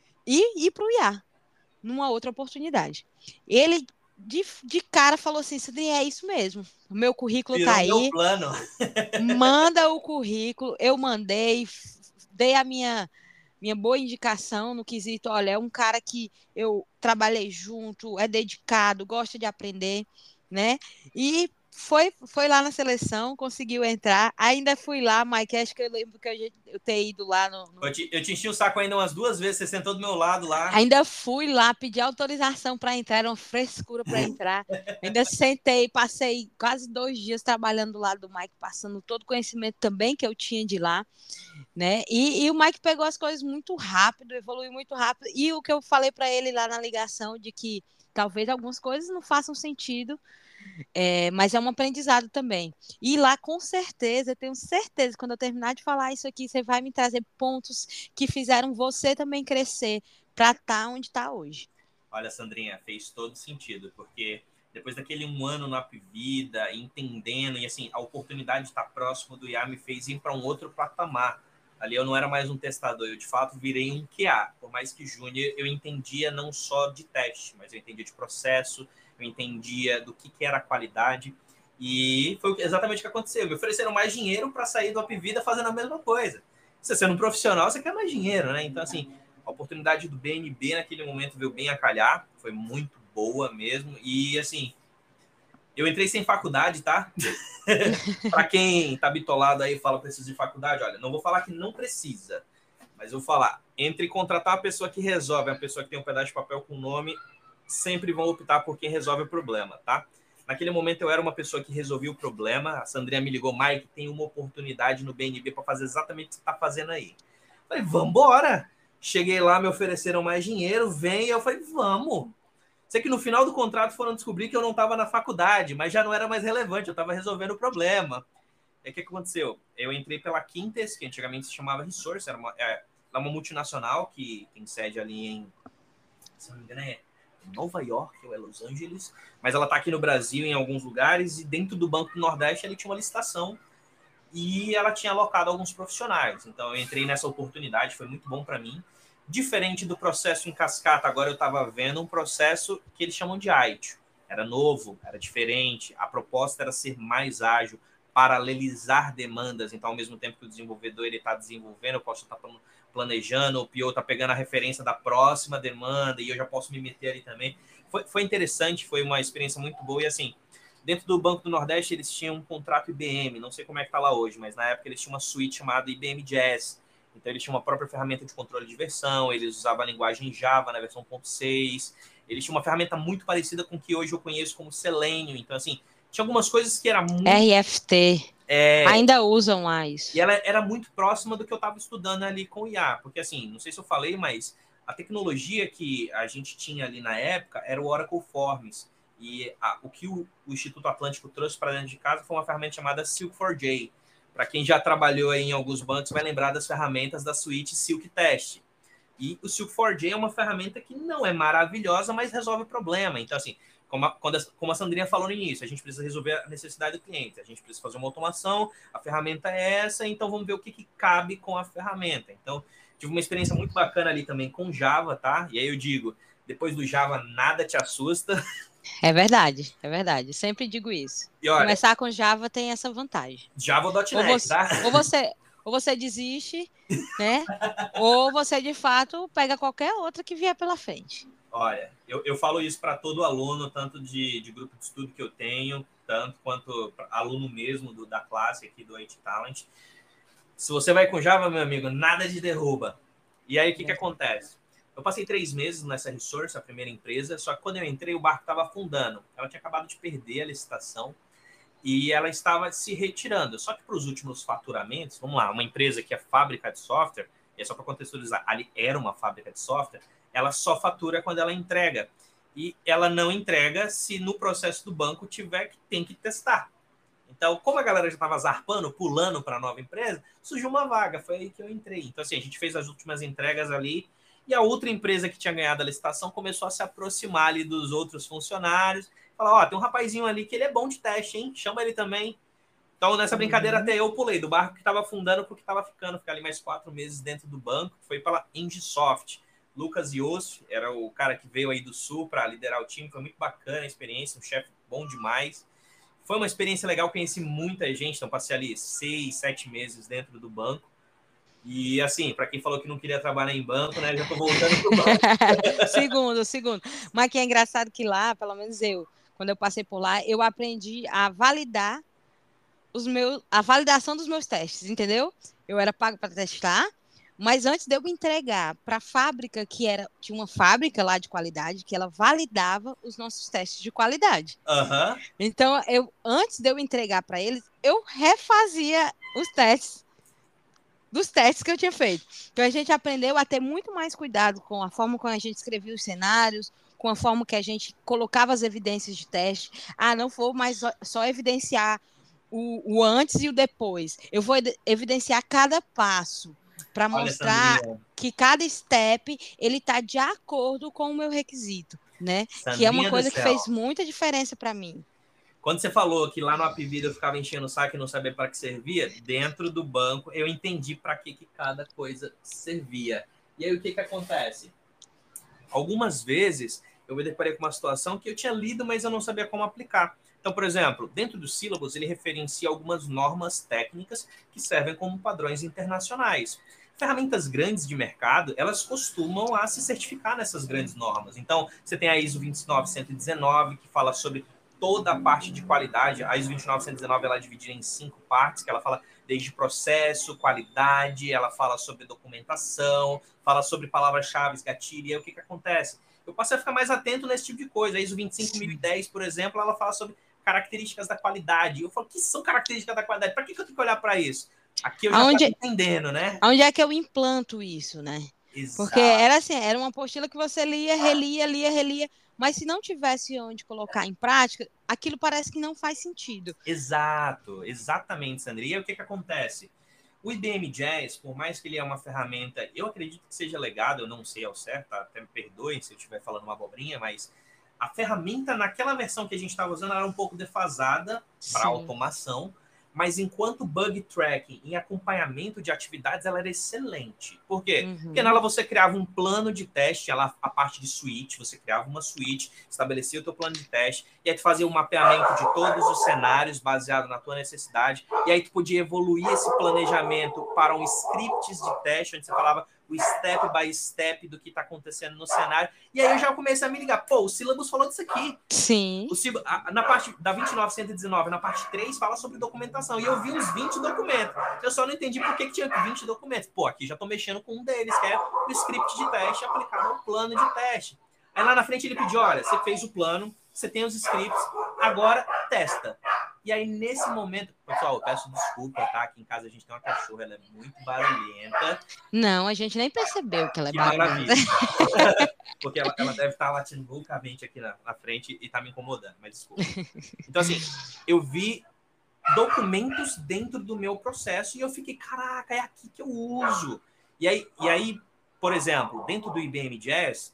e ir para o IA, numa outra oportunidade. Ele, de cara, falou assim, Cidrinha, é isso mesmo, o meu currículo está aí. Meu plano. Manda o currículo, eu mandei, dei a minha boa indicação no quesito, olha, é um cara que eu trabalhei junto, é dedicado, gosta de aprender, né? E foi lá na seleção, conseguiu entrar. Ainda fui lá, Mike, acho que eu lembro que eu ter ido lá Eu te enchi o saco ainda umas 2 vezes, você sentou do meu lado lá. Ainda fui lá, pedi autorização para entrar, era uma frescura para entrar. Ainda sentei, passei quase 2 dias trabalhando do lado do Mike, passando todo o conhecimento também que eu tinha de lá, né? E o Mike pegou as coisas muito rápido, evoluiu muito rápido. E o que eu falei para ele lá na ligação, de que talvez algumas coisas não façam sentido, mas é um aprendizado também. E lá, com certeza, eu tenho certeza, quando eu terminar de falar isso aqui, você vai me trazer pontos que fizeram você também crescer para estar onde está hoje. Olha, Sandrinha, fez todo sentido, porque depois daquele 1 ano na Pivida, entendendo, e assim, a oportunidade de estar próximo do IA me fez ir para um outro patamar. Ali eu não era mais um testador, eu de fato virei um QA. Por mais que júnior, eu entendia não só de teste, mas eu entendia de processo, eu entendia do que era a qualidade. E foi exatamente o que aconteceu. Me ofereceram mais dinheiro para sair do Apivida fazendo a mesma coisa. Você sendo um profissional, você quer mais dinheiro, né? Então, assim, a oportunidade do BNB naquele momento veio bem a calhar, foi muito boa mesmo. E, assim, eu entrei sem faculdade, tá? Para quem tá bitolado aí e fala preciso de faculdade, olha, não vou falar que não precisa, Mas eu vou falar, entre contratar a pessoa que resolve e a pessoa que tem um pedaço de papel com nome, sempre vão optar por quem resolve o problema, tá? Naquele momento eu era uma pessoa que resolvia o problema, a Sandrinha me ligou, Mike, tem uma oportunidade no BNB para fazer exatamente o que você está fazendo aí. Eu falei, vambora! Cheguei lá, me ofereceram mais dinheiro, vem, e eu falei, vamos! Sei que no final do contrato foram descobrir que eu não estava na faculdade, mas já não era mais relevante, eu estava resolvendo o problema. E o que aconteceu? Eu entrei pela Quintes, que antigamente se chamava Resource, era uma multinacional que tem sede ali em, se não me engano, é Nova York ou é Los Angeles, mas ela está aqui no Brasil em alguns lugares, e dentro do Banco do Nordeste ele tinha uma licitação e ela tinha alocado alguns profissionais. Então eu entrei nessa oportunidade, foi muito bom para mim. Diferente do processo em cascata, agora eu estava vendo um processo que eles chamam de ITIL. Era novo, era diferente, a proposta era ser mais ágil, paralelizar demandas. Então, ao mesmo tempo que o desenvolvedor está desenvolvendo, eu posso estar planejando, o PO está pegando a referência da próxima demanda e eu já posso me meter ali também. Foi interessante, foi uma experiência muito boa. E assim, dentro do Banco do Nordeste, eles tinham um contrato IBM, não sei como é que está lá hoje, mas na época eles tinham uma suíte chamada IBM Jazz. Então, eles tinham uma própria ferramenta de controle de versão, eles usavam a linguagem Java na versão 1.6, eles tinham uma ferramenta muito parecida com o que hoje eu conheço como Selenium. Então, assim, tinha algumas coisas que era muito... RFT. Ainda usam lá isso. E ela era muito próxima do que eu estava estudando ali com o IA, porque, assim, não sei se eu falei, mas a tecnologia que a gente tinha ali na época era o Oracle Forms. E o que o Instituto Atlântico trouxe para dentro de casa foi uma ferramenta chamada Silk4j. Para quem já trabalhou aí em alguns bancos, vai lembrar das ferramentas da suíte Silk Test. E o Silk4j é uma ferramenta que não é maravilhosa, mas resolve o problema. Então, assim, como a Sandrinha falou no início, a gente precisa resolver a necessidade do cliente, a gente precisa fazer uma automação, a ferramenta é essa, então vamos ver o que cabe com a ferramenta. Então, tive uma experiência muito bacana ali também com Java, tá? E aí eu digo, depois do Java, nada te assusta. É verdade, é verdade. Sempre digo isso. E olha, começar com Java tem essa vantagem. Java.net, tá? Ou você desiste, né? Ou você, de fato, pega qualquer outra que vier pela frente. Olha, eu falo isso para todo aluno, tanto de grupo de estudo que eu tenho, tanto quanto aluno mesmo da classe aqui do IT Talent. Se você vai com Java, meu amigo, nada de derruba. E aí, o que acontece? Eu passei 3 meses nessa Resource, a primeira empresa, só que quando eu entrei, o barco estava afundando. Ela tinha acabado de perder a licitação e ela estava se retirando. Só que para os últimos faturamentos, vamos lá, uma empresa que é fábrica de software, e é só para contextualizar, ali era uma fábrica de software, ela só fatura quando ela entrega. E ela não entrega se no processo do banco tem que testar. Então, como a galera já estava zarpando, pulando para a nova empresa, surgiu uma vaga, foi aí que eu entrei. Então, assim, a gente fez as últimas entregas ali, e a outra empresa que tinha ganhado a licitação começou a se aproximar ali dos outros funcionários, falar, ó, tem um rapazinho ali que ele é bom de teste, hein? Chama ele também. Então, nessa brincadeira, até eu pulei do barco que estava afundando porque estava ficar ali mais 4 meses dentro do banco, que foi pela Ingisoft. Lucas Yost era o cara que veio aí do Sul para liderar o time, foi muito bacana a experiência, um chefe bom demais. Foi uma experiência legal, conheci muita gente, então passei ali 6, 7 meses dentro do banco. E assim, para quem falou que não queria trabalhar em banco, né, já tô voltando pro banco. Segundo. Mas que é engraçado que lá, pelo menos quando eu passei por lá, eu aprendi a validar a validação dos meus testes, entendeu? Eu era pago para testar, mas antes de eu entregar para a fábrica, tinha uma fábrica lá de qualidade, que ela validava os nossos testes de qualidade. Uhum. Então, antes de eu entregar para eles, eu refazia os testes dos testes que eu tinha feito. Então, a gente aprendeu a ter muito mais cuidado com a forma como a gente escrevia os cenários, com a forma que a gente colocava as evidências de teste. Não vou mais só evidenciar o antes e o depois. Eu vou evidenciar cada passo para mostrar que cada step ele está de acordo com o meu requisito, né? Sandrinha, que é uma coisa que fez muita diferença para mim. Quando você falou que lá no Apvida eu ficava enchendo o saco e não sabia para que servia, dentro do banco eu entendi para que cada coisa servia. E aí o que acontece? Algumas vezes eu me deparei com uma situação que eu tinha lido, mas eu não sabia como aplicar. Então, por exemplo, dentro do sílabus ele referencia algumas normas técnicas que servem como padrões internacionais. Ferramentas grandes de mercado, elas costumam a se certificar nessas grandes normas. Então, você tem a ISO 29119, que fala sobre toda a parte de qualidade. A ISO 29119 ela é dividida em 5 partes, que ela fala desde processo, qualidade, ela fala sobre documentação, fala sobre palavras-chave, gatilho, e aí o que acontece? Eu passei a ficar mais atento nesse tipo de coisa. A ISO 25010, por exemplo, ela fala sobre características da qualidade. Eu falo, o que são características da qualidade? Para que eu tenho que olhar para isso? Aqui eu já estou entendendo, né? Onde é que eu implanto isso, né? Exato. Porque era assim, era uma apostila que você lia, relia, mas se não tivesse onde colocar em prática, aquilo parece que não faz sentido. Exato, exatamente, Sandra. E aí o que acontece? O IBM Jazz, por mais que ele é uma ferramenta, eu acredito que seja legado, eu não sei ao certo, tá? Até me perdoem se eu estiver falando uma abobrinha, mas a ferramenta naquela versão que a gente estava usando era um pouco defasada para automação, mas enquanto bug tracking e acompanhamento de atividades, ela era excelente. Por quê? Porque nela você criava um plano de teste, ela, a parte de suíte, você criava uma suíte, estabelecia o teu plano de teste, e aí tu fazia um mapeamento de todos os cenários baseado na tua necessidade, e aí tu podia evoluir esse planejamento para um scripts de teste, onde você falava o step by step do que está acontecendo no cenário. E aí eu já comecei a me ligar, pô, o Syllabus falou disso aqui. Sim. Na parte da 29119, na parte 3, fala sobre documentação. E eu vi uns 20 documentos. Eu só não entendi por que tinha 20 documentos. Pô, aqui já estou mexendo com um deles, que é o script de teste aplicado ao plano de teste. Aí lá na frente ele pediu, olha, você fez o plano, você tem os scripts, agora testa. E aí, nesse momento, pessoal, eu peço desculpa, tá? Aqui em casa a gente tem uma cachorra, ela é muito barulhenta. Não, a gente nem percebeu que ela é barulhenta. Maravilha. Porque ela deve estar latindo loucamente aqui na frente e tá me incomodando, mas desculpa. Então, assim, eu vi documentos dentro do meu processo e eu fiquei, caraca, é aqui que eu uso. E aí, por exemplo, dentro do IBM Jazz,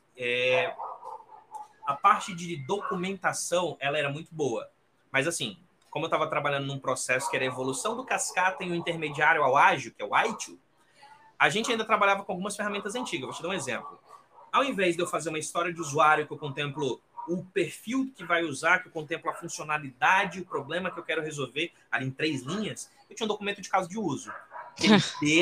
a parte de documentação, ela era muito boa. Mas, assim, como eu estava trabalhando num processo que era a evolução do cascata e o intermediário ao ágil, que é o ITIL, a gente ainda trabalhava com algumas ferramentas antigas. Vou te dar um exemplo. Ao invés de eu fazer uma história de usuário que eu contemplo o perfil que vai usar, que eu contemplo a funcionalidade, o problema que eu quero resolver, ali em 3 linhas, eu tinha um documento de caso de uso. Ele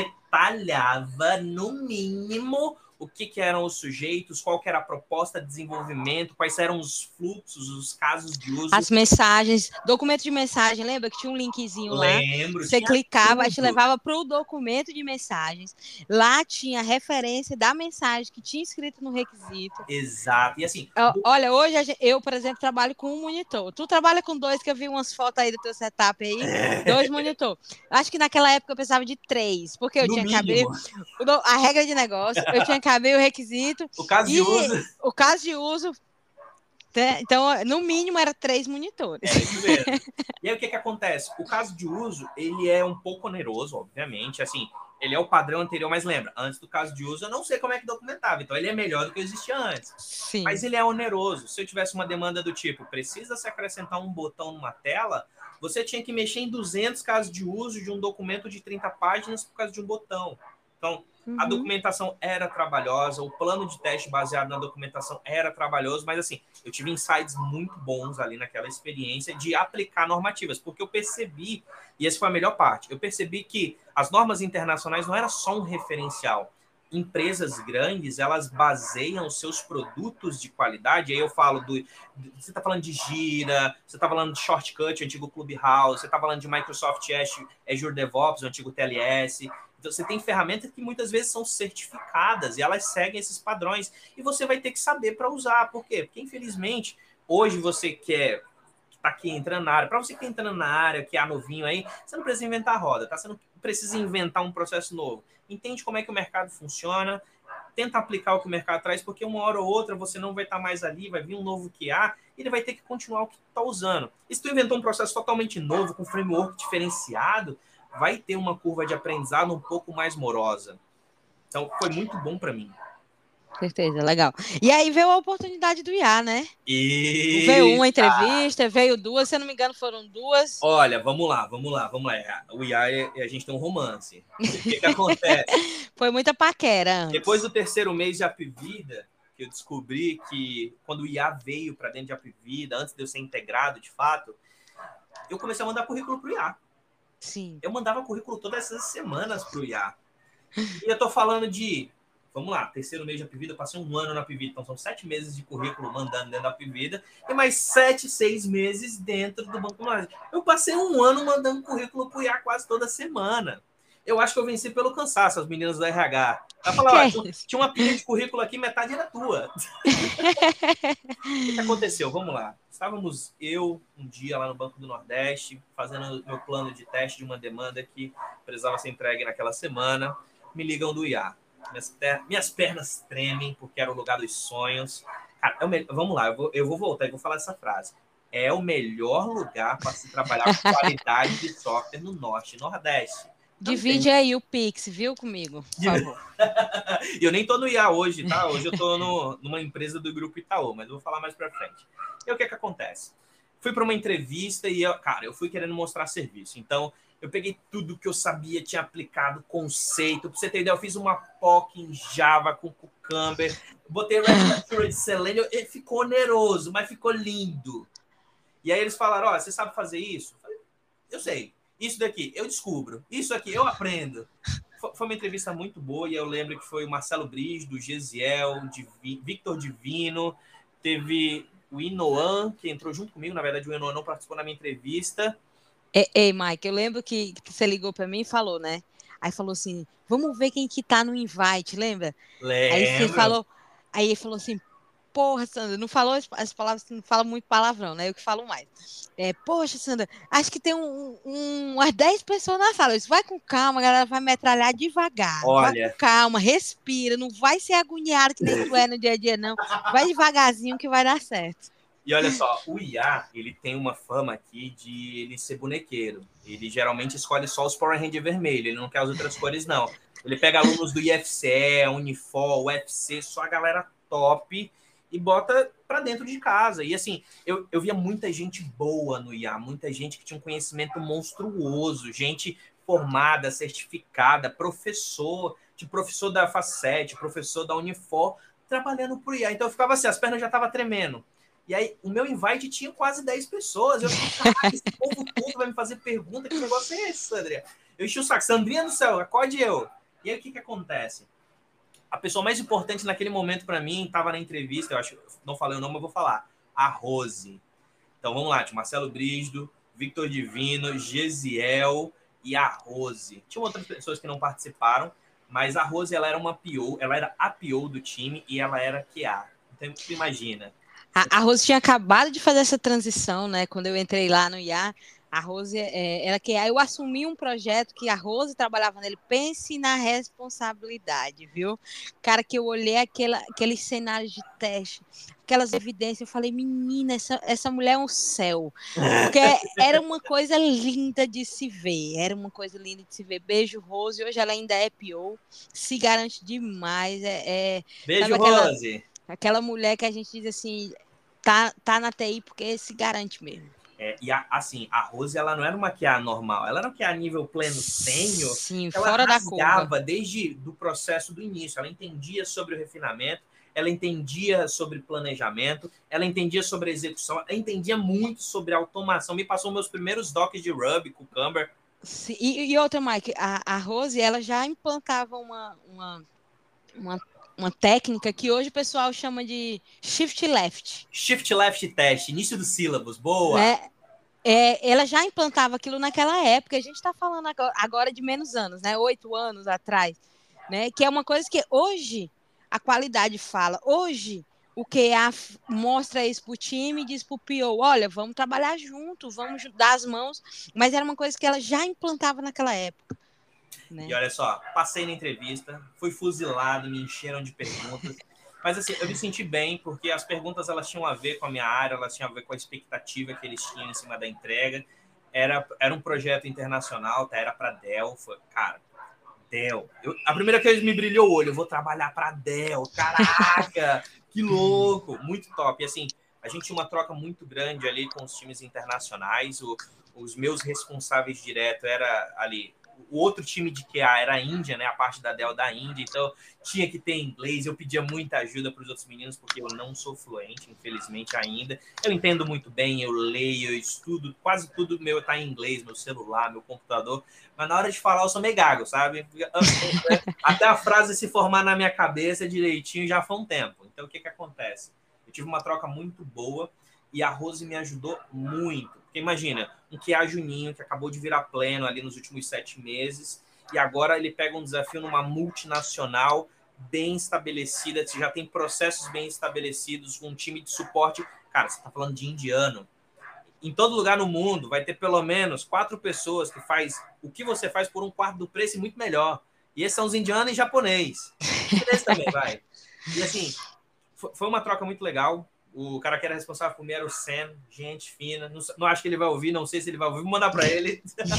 detalhava, no mínimo, o que eram os sujeitos, qual que era a proposta de desenvolvimento, quais eram os fluxos, os casos de uso. As mensagens, documento de mensagem, lembra que tinha um linkzinho lá? Lembro. Você clicava, te levava para o documento de mensagens. Lá tinha a referência da mensagem que tinha escrito no requisito. Exato. E assim... Olha, hoje eu, por exemplo, trabalho com um monitor. Tu trabalha com 2, que eu vi umas fotos aí do teu setup aí. 2 monitor. Acho que naquela época eu precisava de 3, porque eu tinha que abrir a regra de negócio, eu tinha que abrir o requisito. O caso de uso. O caso de uso. Então, no mínimo, era 3 monitores. É isso mesmo. E aí, o que acontece? O caso de uso, ele é um pouco oneroso, obviamente. Assim, ele é o padrão anterior, mas lembra, antes do caso de uso, eu não sei como é que documentava. Então, ele é melhor do que existia antes. Sim. Mas ele é oneroso. Se eu tivesse uma demanda do tipo, precisa se acrescentar um botão numa tela, você tinha que mexer em 200 casos de uso de um documento de 30 páginas por causa de um botão. Então, a documentação era trabalhosa, o plano de teste baseado na documentação era trabalhoso, mas assim, eu tive insights muito bons ali naquela experiência de aplicar normativas, porque eu percebi, e essa foi a melhor parte, eu percebi que as normas internacionais não era só um referencial. Empresas grandes, elas baseiam seus produtos de qualidade, aí eu falo você está falando de Gira, você está falando de Shortcut, o antigo Clubhouse, você está falando de Microsoft Azure DevOps, o antigo TLS. Então, você tem ferramentas que muitas vezes são certificadas e elas seguem esses padrões e você vai ter que saber para usar. Por quê? Porque, infelizmente, hoje você que está aqui entrando na área, para você que está entrando na área, que é novinho aí, você não precisa inventar a roda, tá? Você não precisa inventar um processo novo. Entende como é que o mercado funciona, tenta aplicar o que o mercado traz, porque uma hora ou outra você não vai estar mais ali, vai vir um novo QA e ele vai ter que continuar o que está usando. E se tu inventou um processo totalmente novo, com framework diferenciado, vai ter uma curva de aprendizado um pouco mais morosa. Então, foi muito bom para mim. Certeza, legal. E aí veio a oportunidade do IA, né? Eita! Veio uma entrevista, veio 2, se eu não me engano, foram 2. Olha, vamos lá. O IA, a gente tem um romance. O que acontece? Foi muita paquera antes. Depois do 3º mês de Apvida, que eu descobri que quando o IA veio para dentro de Apvida, antes de eu ser integrado, de fato, eu comecei a mandar currículo para o IA. Sim. Eu mandava currículo todas essas semanas para o IA. E eu tô falando de vamos lá, terceiro mês de Apivida, eu passei 1 ano na Apivida, então são 7 meses de currículo mandando dentro da Apivida e mais 7, 6 meses dentro do Banco do Nordeste. Eu passei 1 ano mandando currículo pro IA quase toda semana. Eu acho que eu venci pelo cansaço, as meninas do RH. Ela falou, ó, tinha uma pilha de currículo aqui, metade era tua. O que aconteceu? Vamos lá. Estávamos um dia lá no Banco do Nordeste, fazendo meu plano de teste de uma demanda que precisava ser entregue naquela semana. Me ligam do IA. Minhas pernas tremem, porque era o lugar dos sonhos. Cara, vamos lá, eu vou voltar e vou falar essa frase. É o melhor lugar para se trabalhar com qualidade de software no Norte e Nordeste. Divide aí o Pix, viu, comigo, por favor. E eu nem tô no IA hoje, tá? Hoje eu tô numa empresa do Grupo Itaú, mas eu vou falar mais pra frente. E o que acontece? Fui para uma entrevista e, eu fui querendo mostrar serviço. Então, eu peguei tudo que eu sabia, tinha aplicado, conceito. Pra você ter ideia, eu fiz uma POC em Java com Cucumber, botei Refactory de Selenium, e ficou oneroso, mas ficou lindo. E aí eles falaram, ó, você sabe fazer isso? Eu falei, eu sei. Isso daqui, eu descubro. Isso aqui, eu aprendo. Foi uma entrevista muito boa e eu lembro que foi o Marcelo Brígido, Gesiel, Victor Divino, teve o Inoan, que entrou junto comigo, na verdade o Inoan não participou na minha entrevista. Ei, Mike, eu lembro que você ligou para mim e falou, né? Aí falou assim, vamos ver quem que tá no invite, lembra? Lembro. Aí você falou, aí ele falou assim, porra, Sandra, não falou as palavras, não fala muito palavrão, né? Eu que falo mais. Poxa, Sandra, acho que tem umas 10 pessoas na sala. Eu disse, vai com calma, a galera vai metralhar devagar. Olha. Vai com calma, respira, não vai ser agoniado que nem tu é no dia a dia, não. Vai devagarzinho que vai dar certo. E olha só, o IA, ele tem uma fama aqui de ele ser bonequeiro. Ele geralmente escolhe só os Power Ranger vermelho, ele não quer as outras cores, não. Ele pega alunos do IFCE, Unifor, UFC, só a galera top e bota para dentro de casa. E assim, eu via muita gente boa no IA, muita gente que tinha um conhecimento monstruoso, gente formada, certificada, professor da Facet, professor da Unifor, trabalhando pro IA. Então eu ficava assim, as pernas já estavam tremendo. E aí, o meu invite tinha quase 10 pessoas. Eu falei, cara, esse povo todo vai me fazer pergunta. Que negócio é esse, Sandrinha? Eu enchi o saco. Sandrinha do céu, acorde eu. E aí, o que acontece? A pessoa mais importante naquele momento para mim estava na entrevista, eu acho, não falei o nome, mas vou falar. A Rose. Então, vamos lá. Tinha Marcelo Brígido, Victor Divino, Gesiel e a Rose. Tinha outras pessoas que não participaram, mas a Rose, ela era uma PO, ela era a PO do time e ela era QA. Então, tu imagina. A Rose tinha acabado de fazer essa transição, né? Quando eu entrei lá no IA, a Rose era que eu assumi um projeto que a Rose trabalhava nele. Pense na responsabilidade, viu? Cara, que eu olhei aqueles cenários de teste, aquelas evidências, eu falei, menina, essa mulher é um céu. Porque era uma coisa linda de se ver, era uma coisa linda de se ver. Beijo, Rose, hoje ela ainda é PO, se garante demais. Beijo, Rose. Aquela mulher que a gente diz assim, tá na TI porque se garante mesmo. E assim, a Rose, ela não era uma QA normal, ela era uma QA nível pleno sênior. Sim, ela fora da curva. Desde o processo do início, ela entendia sobre o refinamento, ela entendia sobre planejamento, ela entendia sobre execução, ela entendia muito sobre automação, me passou meus primeiros docs de Ruby, Cucumber. Sim, e outra, Mike, a Rose, ela já implantava uma técnica que hoje o pessoal chama de shift left. Shift left test, início dos sílabos, boa! Né? Ela já implantava aquilo naquela época, a gente está falando agora de menos anos, né? 8 anos atrás, né? Que é uma coisa que hoje a qualidade fala. Hoje o QA mostra isso para o time e diz para o PO, olha, vamos trabalhar junto, vamos dar as mãos, mas era uma coisa que ela já implantava naquela época. Né? E olha só, passei na entrevista, fui fuzilado, me encheram de perguntas, mas assim, eu me senti bem, porque as perguntas elas tinham a ver com a minha área, elas tinham a ver com a expectativa que eles tinham em cima da entrega. Era um projeto internacional, tá? Era para Dell, cara, Dell. A primeira vez me brilhou o olho, eu vou trabalhar para Dell, caraca, que louco, muito top. E assim, a gente tinha uma troca muito grande ali com os times internacionais, os meus responsáveis direto era ali o outro time de QA era a Índia, né? A parte da Dell da Índia, então tinha que ter inglês. Eu pedia muita ajuda para os outros meninos, porque eu não sou fluente, infelizmente, ainda. Eu entendo muito bem, eu leio, eu estudo, quase tudo meu tá em inglês, meu celular, meu computador, mas na hora de falar eu sou meio gago, sabe? Até a frase se formar na minha cabeça direitinho já foi um tempo. Então, o que acontece? Eu tive uma troca muito boa e a Rose me ajudou muito. Porque imagina, um QA Juninho que acabou de virar pleno ali nos últimos 7 meses e agora ele pega um desafio numa multinacional bem estabelecida, você já tem processos bem estabelecidos, um time de suporte. Cara, você está falando de indiano. Em todo lugar no mundo vai ter pelo menos 4 pessoas que faz o que você faz por um quarto do preço e muito melhor. E esses são os indianos e japonês. Esse também vai. E assim, foi uma troca muito legal. O cara que era responsável por mim era o Sam, gente fina. Não acho que ele vai ouvir, não sei se ele vai ouvir. Vou mandar para ele.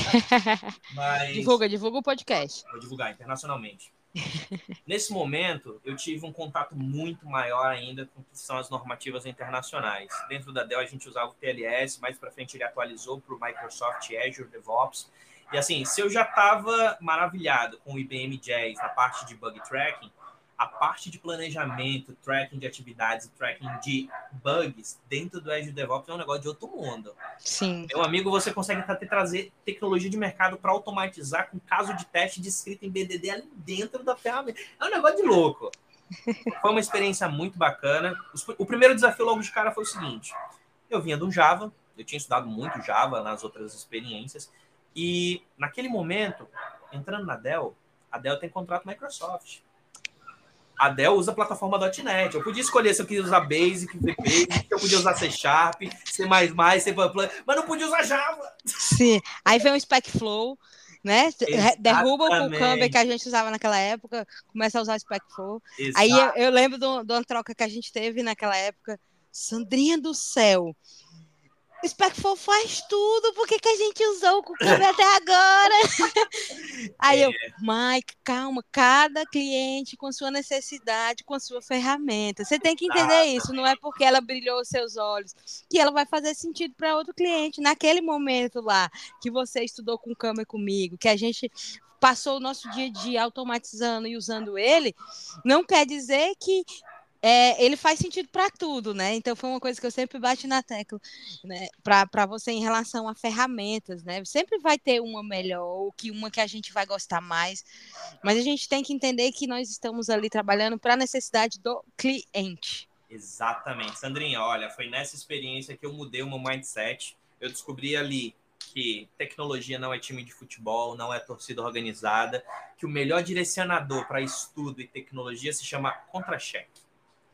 Mas Divulga o podcast. Vou divulgar internacionalmente. Nesse momento, eu tive um contato muito maior ainda com o que são as normativas internacionais. Dentro da Dell, a gente usava o TLS, mais para frente ele atualizou para o Microsoft Azure DevOps. E assim, se eu já estava maravilhado com o IBM Jazz na parte de bug tracking, a parte de planejamento, tracking de atividades, tracking de bugs dentro do Azure DevOps é um negócio de outro mundo. Sim. Meu amigo, você consegue trazer tecnologia de mercado para automatizar com caso de teste descrito em BDD ali dentro da ferramenta. É um negócio de louco. Foi uma experiência muito bacana. O primeiro desafio logo de cara foi o seguinte. Eu vinha do Java, eu tinha estudado muito Java nas outras experiências, e naquele momento, entrando na Dell, a Dell tem contrato Microsoft. A Dell usa a plataforma .NET. Eu podia escolher se eu queria usar Basic, VBasic, eu podia usar C Sharp, C++, C++, mas não podia usar Java. Sim. Aí vem o SpecFlow, né? Exatamente. Derruba o Cucumber que a gente usava naquela época, começa a usar o SpecFlow. Exato. Aí eu lembro de uma troca que a gente teve naquela época. Sandrinha do céu. O SpecFlow faz tudo, por que a gente usou o Cucumber até agora? Aí eu, Mike, calma, cada cliente com sua necessidade, com a sua ferramenta. Você tem que entender isso, não é porque ela brilhou os seus olhos que ela vai fazer sentido para outro cliente. Naquele momento lá que você estudou com câmera comigo, que a gente passou o nosso dia a dia automatizando e usando ele, não quer dizer que ele faz sentido para tudo, né? Então foi uma coisa que eu sempre bati na tecla, né? Para você em relação a ferramentas, né? Sempre vai ter uma melhor, ou uma que a gente vai gostar mais, mas a gente tem que entender que nós estamos ali trabalhando para a necessidade do cliente. Exatamente. Sandrinha, olha, foi nessa experiência que eu mudei o meu mindset. Eu descobri ali que tecnologia não é time de futebol, não é torcida organizada, que o melhor direcionador para estudo e tecnologia se chama contra-cheque.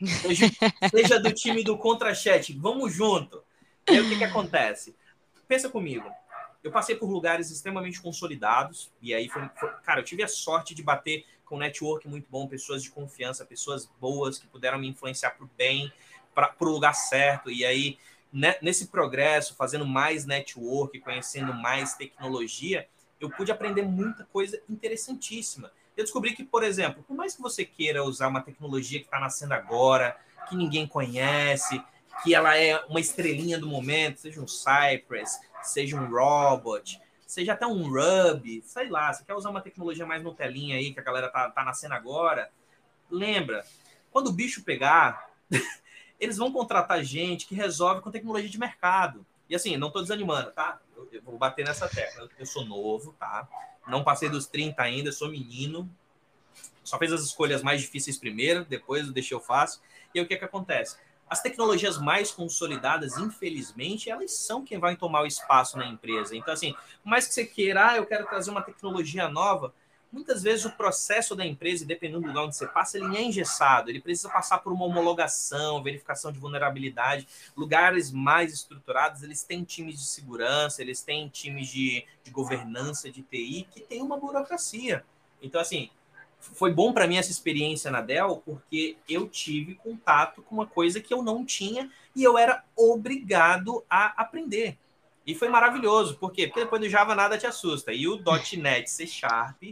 Seja do time do contra-chat, vamos junto. E aí o que acontece? Pensa comigo. Eu passei por lugares extremamente consolidados, e aí cara, eu tive a sorte de bater com um network muito bom, pessoas de confiança, pessoas boas que puderam me influenciar para o bem, para o lugar certo. E aí, nesse progresso, fazendo mais network, conhecendo mais tecnologia, eu pude aprender muita coisa interessantíssima. Eu descobri que, por exemplo, por mais que você queira usar uma tecnologia que está nascendo agora, que ninguém conhece, que ela é uma estrelinha do momento, seja um Cypress, seja um Robot, seja até um Ruby, sei lá, você quer usar uma tecnologia mais Nutelinha aí, que a galera tá nascendo agora, lembra, quando o bicho pegar, eles vão contratar gente que resolve com tecnologia de mercado. E assim, não tô desanimando, tá? Eu vou bater nessa tecla. Eu sou novo, tá? Não passei dos 30 ainda, sou menino. Só fez as escolhas mais difíceis primeiro, depois eu deixei eu faço. E aí o que acontece? As tecnologias mais consolidadas, infelizmente, elas são quem vai tomar o espaço na empresa. Então, assim, por mais que você queira, eu quero trazer uma tecnologia nova, muitas vezes o processo da empresa, dependendo do lugar onde você passa, ele é engessado. Ele precisa passar por uma homologação, verificação de vulnerabilidade. Lugares mais estruturados, eles têm times de segurança, eles têm times de governança de TI que tem uma burocracia. Então, assim, foi bom para mim essa experiência na Dell, porque eu tive contato com uma coisa que eu não tinha e eu era obrigado a aprender. E foi maravilhoso. Por quê? Porque depois do Java nada te assusta. E o .NET C Sharp,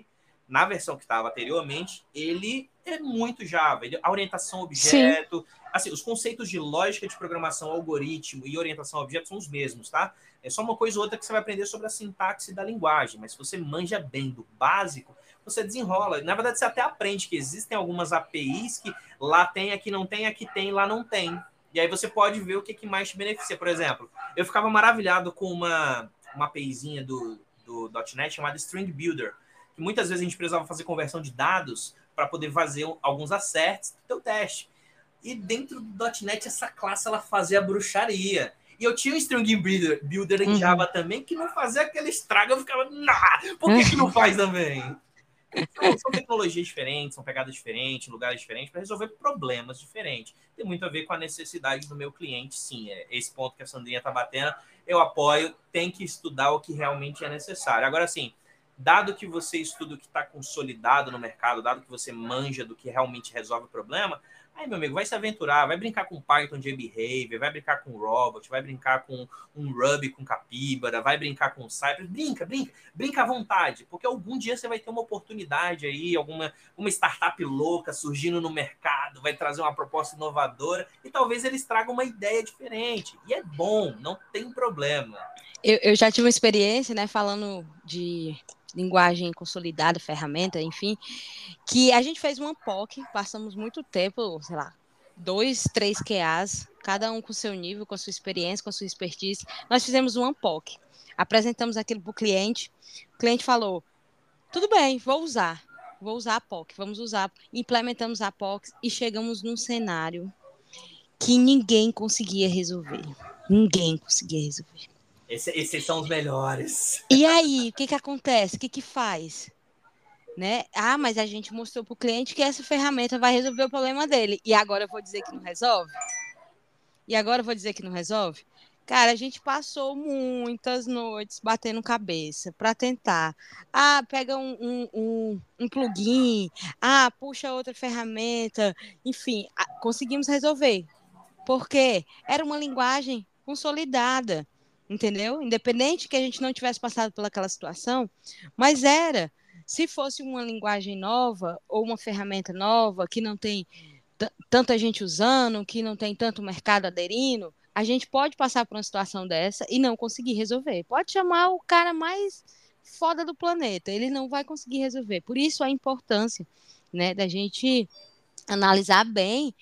na versão que estava anteriormente, ele é muito Java. A orientação a objeto, assim, os conceitos de lógica de programação, algoritmo e orientação a objeto são os mesmos, tá? É só uma coisa ou outra que você vai aprender sobre a sintaxe da linguagem, mas se você manja bem do básico, você desenrola. Na verdade, você até aprende que existem algumas APIs que lá tem, aqui não tem, aqui tem, lá não tem. E aí você pode ver o que mais te beneficia. Por exemplo, eu ficava maravilhado com uma APIzinha do .NET chamada String Builder, que muitas vezes a gente precisava fazer conversão de dados para poder fazer alguns acertos do teu teste. E dentro do .NET, essa classe ela fazia a bruxaria. E eu tinha um String Builder em Java também, que não fazia aquele estrago. Eu ficava, por que não faz também? Então, são tecnologias diferentes, são pegadas diferentes, lugares diferentes, para resolver problemas diferentes. Tem muito a ver com a necessidade do meu cliente, sim. É esse ponto que a Sandrinha está batendo, eu apoio, tem que estudar o que realmente é necessário. Agora, sim, dado que você estuda o que está consolidado no mercado, dado que você manja do que realmente resolve o problema, aí, meu amigo, vai se aventurar, vai brincar com Python de Behavior, vai brincar com Robot, vai brincar com um Ruby com Capybara, vai brincar com Cypress, brinca à vontade, porque algum dia você vai ter uma oportunidade aí, uma startup louca surgindo no mercado, vai trazer uma proposta inovadora e talvez eles tragam uma ideia diferente. E é bom, não tem problema. Eu já tive uma experiência, né, falando de linguagem consolidada, ferramenta, enfim, que a gente fez uma POC, passamos muito tempo, sei lá, 2, 3 QAs, cada um com seu nível, com a sua experiência, com a sua expertise. Nós fizemos uma POC, apresentamos aquilo para o cliente falou, tudo bem, vou usar a POC, vamos usar. Implementamos a POC e chegamos num cenário que ninguém conseguia resolver. Ninguém conseguia resolver. Esses são os melhores. E aí, o que acontece? O que faz? Né? Ah, mas a gente mostrou para o cliente que essa ferramenta vai resolver o problema dele. E agora eu vou dizer que não resolve? Cara, a gente passou muitas noites batendo cabeça para tentar. Ah, pega um plugin. Ah, puxa outra ferramenta. Enfim, conseguimos resolver. Porque era uma linguagem consolidada, entendeu? Independente que a gente não tivesse passado pelaquela situação, mas era. Se fosse uma linguagem nova ou uma ferramenta nova que não tem tanta gente usando, que não tem tanto mercado aderindo, a gente pode passar por uma situação dessa e não conseguir resolver. Pode chamar o cara mais foda do planeta, ele não vai conseguir resolver. Por isso a importância, né, da gente analisar bem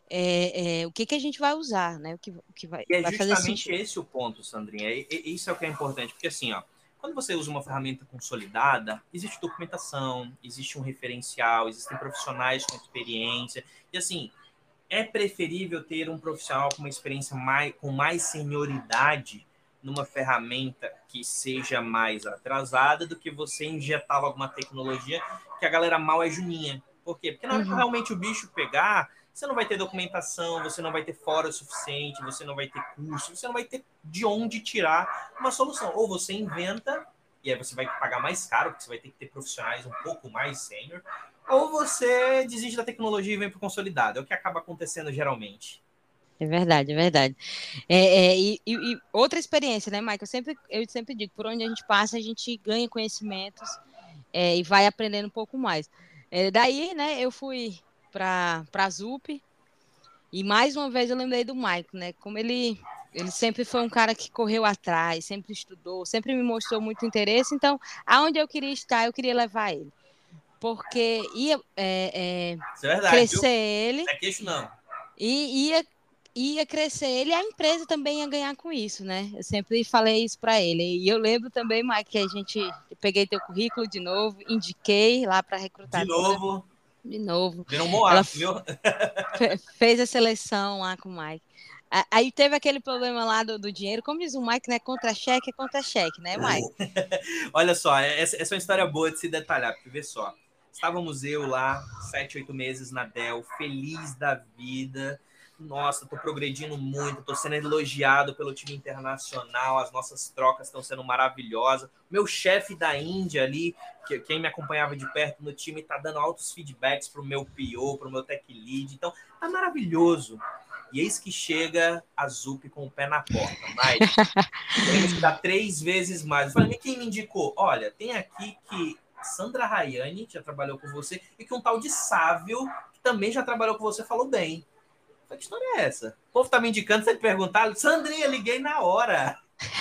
o que a gente vai usar, né? O que vai fazer justamente sentido. esse o ponto, Sandrinha. Isso é o que é importante, porque assim, ó, quando você usa uma ferramenta consolidada, existe documentação, existe um referencial, existem profissionais com experiência, e assim, é preferível ter um profissional com uma experiência com mais senioridade numa ferramenta que seja mais atrasada do que você injetar alguma tecnologia que a galera mal é juninha. Por quê? Porque na hora que realmente o bicho pegar, você não vai ter documentação, você não vai ter fora o suficiente, você não vai ter curso, você não vai ter de onde tirar uma solução. Ou você inventa, e aí você vai pagar mais caro, porque você vai ter que ter profissionais um pouco mais sênior, ou você desiste da tecnologia e vem para o consolidado. É o que acaba acontecendo geralmente. É verdade, é verdade. E outra experiência, né, Mike? Eu sempre digo, por onde a gente passa, a gente ganha conhecimentos e vai aprendendo um pouco mais. Daí, né, eu fui para a ZUP e mais uma vez eu lembrei do Mike, né? Como ele sempre foi um cara que correu atrás, sempre estudou, sempre me mostrou muito interesse. Então, aonde eu queria estar, eu queria levar ele. Porque ia Isso é verdade, crescer viu? ele. Não é queixo, não. E ia crescer ele e a empresa também ia ganhar com isso, né? Eu sempre falei isso para ele. E eu lembro também, Mike, que eu peguei teu currículo de novo, indiquei lá para a recrutadora. De novo. Virou um Ela Moab, viu? fez a seleção lá com o Mike. Aí teve aquele problema lá do dinheiro. Como diz o Mike, né? Contra-cheque é contra-cheque, né, Mike? Olha só, essa é uma história boa de se detalhar, porque vê só. Estávamos eu lá, 7, 8 meses na Dell, feliz da vida. Nossa, tô progredindo muito, tô sendo elogiado pelo time internacional, as nossas trocas estão sendo maravilhosas. Meu chefe da Índia ali, quem me acompanhava de perto no time, tá dando altos feedbacks pro meu PO, pro meu tech lead. Então, tá maravilhoso. E eis que chega a Zup com o pé na porta. Mas queremos te dar 3 vezes mais. Eu falei, quem me indicou? Olha, tem aqui que Sandra Rayane já trabalhou com você e que um tal de Sávio, que também já trabalhou com você, falou bem. Que história é essa? O povo tá me indicando, você perguntar, Sandrinha, liguei na hora.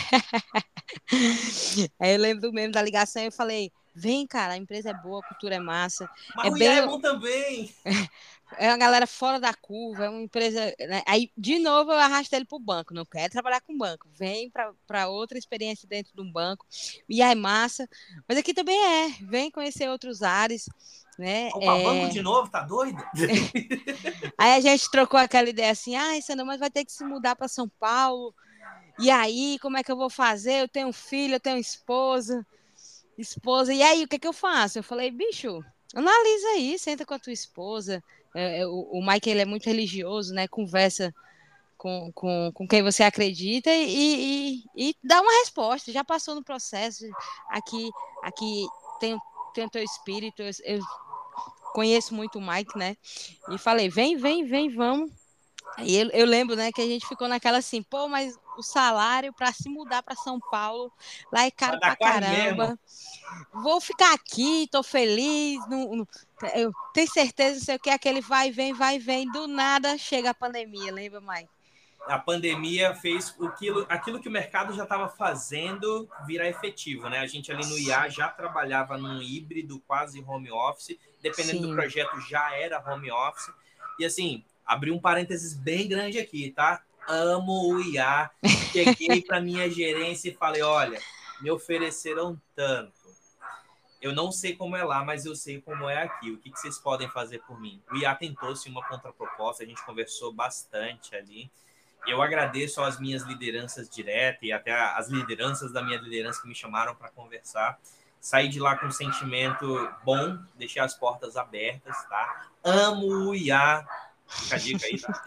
Aí eu lembro mesmo da ligação e eu falei, vem, cara, a empresa é boa, a cultura é massa. Mas É o IA bem... é bom também. É uma galera fora da curva, é uma empresa, né? Aí, de novo, eu arrastei ele para o banco. Não quero trabalhar com banco. Vem para outra experiência dentro de um banco. E aí, massa. Mas aqui também vem conhecer outros ares, né? Vamos para banco de novo, tá doido? Aí a gente trocou aquela ideia assim, Sandra, mas vai ter que se mudar para São Paulo. E aí, como é que eu vou fazer? Eu tenho um filho, eu tenho esposa. E aí, o que eu faço? Eu falei, bicho, analisa aí, senta com a tua esposa. O Mike, ele é muito religioso, né? Conversa com quem você acredita e dá uma resposta. Já passou no processo. Aqui tem o teu espírito. Eu conheço muito o Mike, né? E falei, vem, vamos. E eu lembro, né, que a gente ficou naquela assim, pô, mas o salário para se mudar para São Paulo lá é caro Vai dar pra quase mesmo. caramba. Vou ficar aqui, tô feliz. Eu tenho certeza, não sei o que, aquele vai e vem, do nada chega a pandemia, lembra, Mike? A pandemia fez aquilo que o mercado já estava fazendo virar efetivo, né? A gente ali no IA já trabalhava num híbrido quase home office, dependendo do Sim. projeto já era home office. E assim, abri um parênteses bem grande aqui, tá? Amo o IA. Cheguei para minha gerência e falei, olha, me ofereceram tanto. Eu não sei como é lá, mas eu sei como é aqui. O que vocês podem fazer por mim? O IA tentou-se uma contraproposta, a gente conversou bastante ali. Eu agradeço às minhas lideranças diretas e até as lideranças da minha liderança que me chamaram para conversar. Saí de lá com um sentimento bom, deixei as portas abertas, tá? Amo o IA, fica a dica aí, tá?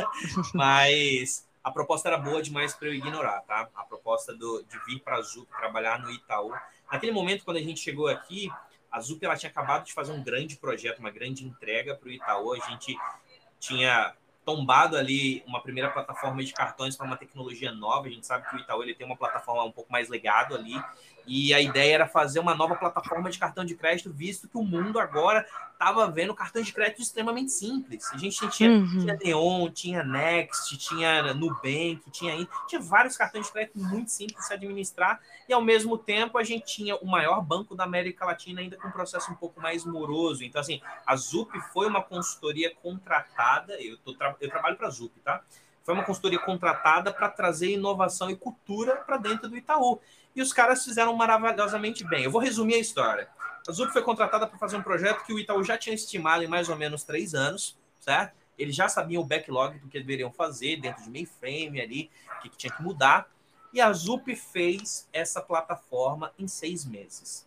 Mas a proposta era boa demais para eu ignorar, tá? A proposta de vir para a ZUP trabalhar no Itaú. Naquele momento, quando a gente chegou aqui, a ZUP ela tinha acabado de fazer um grande projeto, uma grande entrega para o Itaú. A gente tinha tombado ali uma primeira plataforma de cartões para uma tecnologia nova. A gente sabe que o Itaú ele tem uma plataforma um pouco mais legado ali. E a ideia era fazer uma nova plataforma de cartão de crédito, visto que o mundo agora estava vendo cartões de crédito extremamente simples. A gente tinha Neon, tinha Next, tinha Nubank, tinha vários cartões de crédito muito simples de se administrar. E, ao mesmo tempo, a gente tinha o maior banco da América Latina ainda com um processo um pouco mais moroso. Então, assim, a ZUP foi uma consultoria contratada. Eu trabalho para a ZUP, tá? Foi uma consultoria contratada para trazer inovação e cultura para dentro do Itaú. E os caras fizeram maravilhosamente bem. Eu vou resumir a história. A ZUP foi contratada para fazer um projeto que o Itaú já tinha estimado em mais ou menos 3 anos, certo? Eles já sabiam o backlog do que deveriam fazer dentro de mainframe ali, o que tinha que mudar. E a ZUP fez essa plataforma em 6 meses.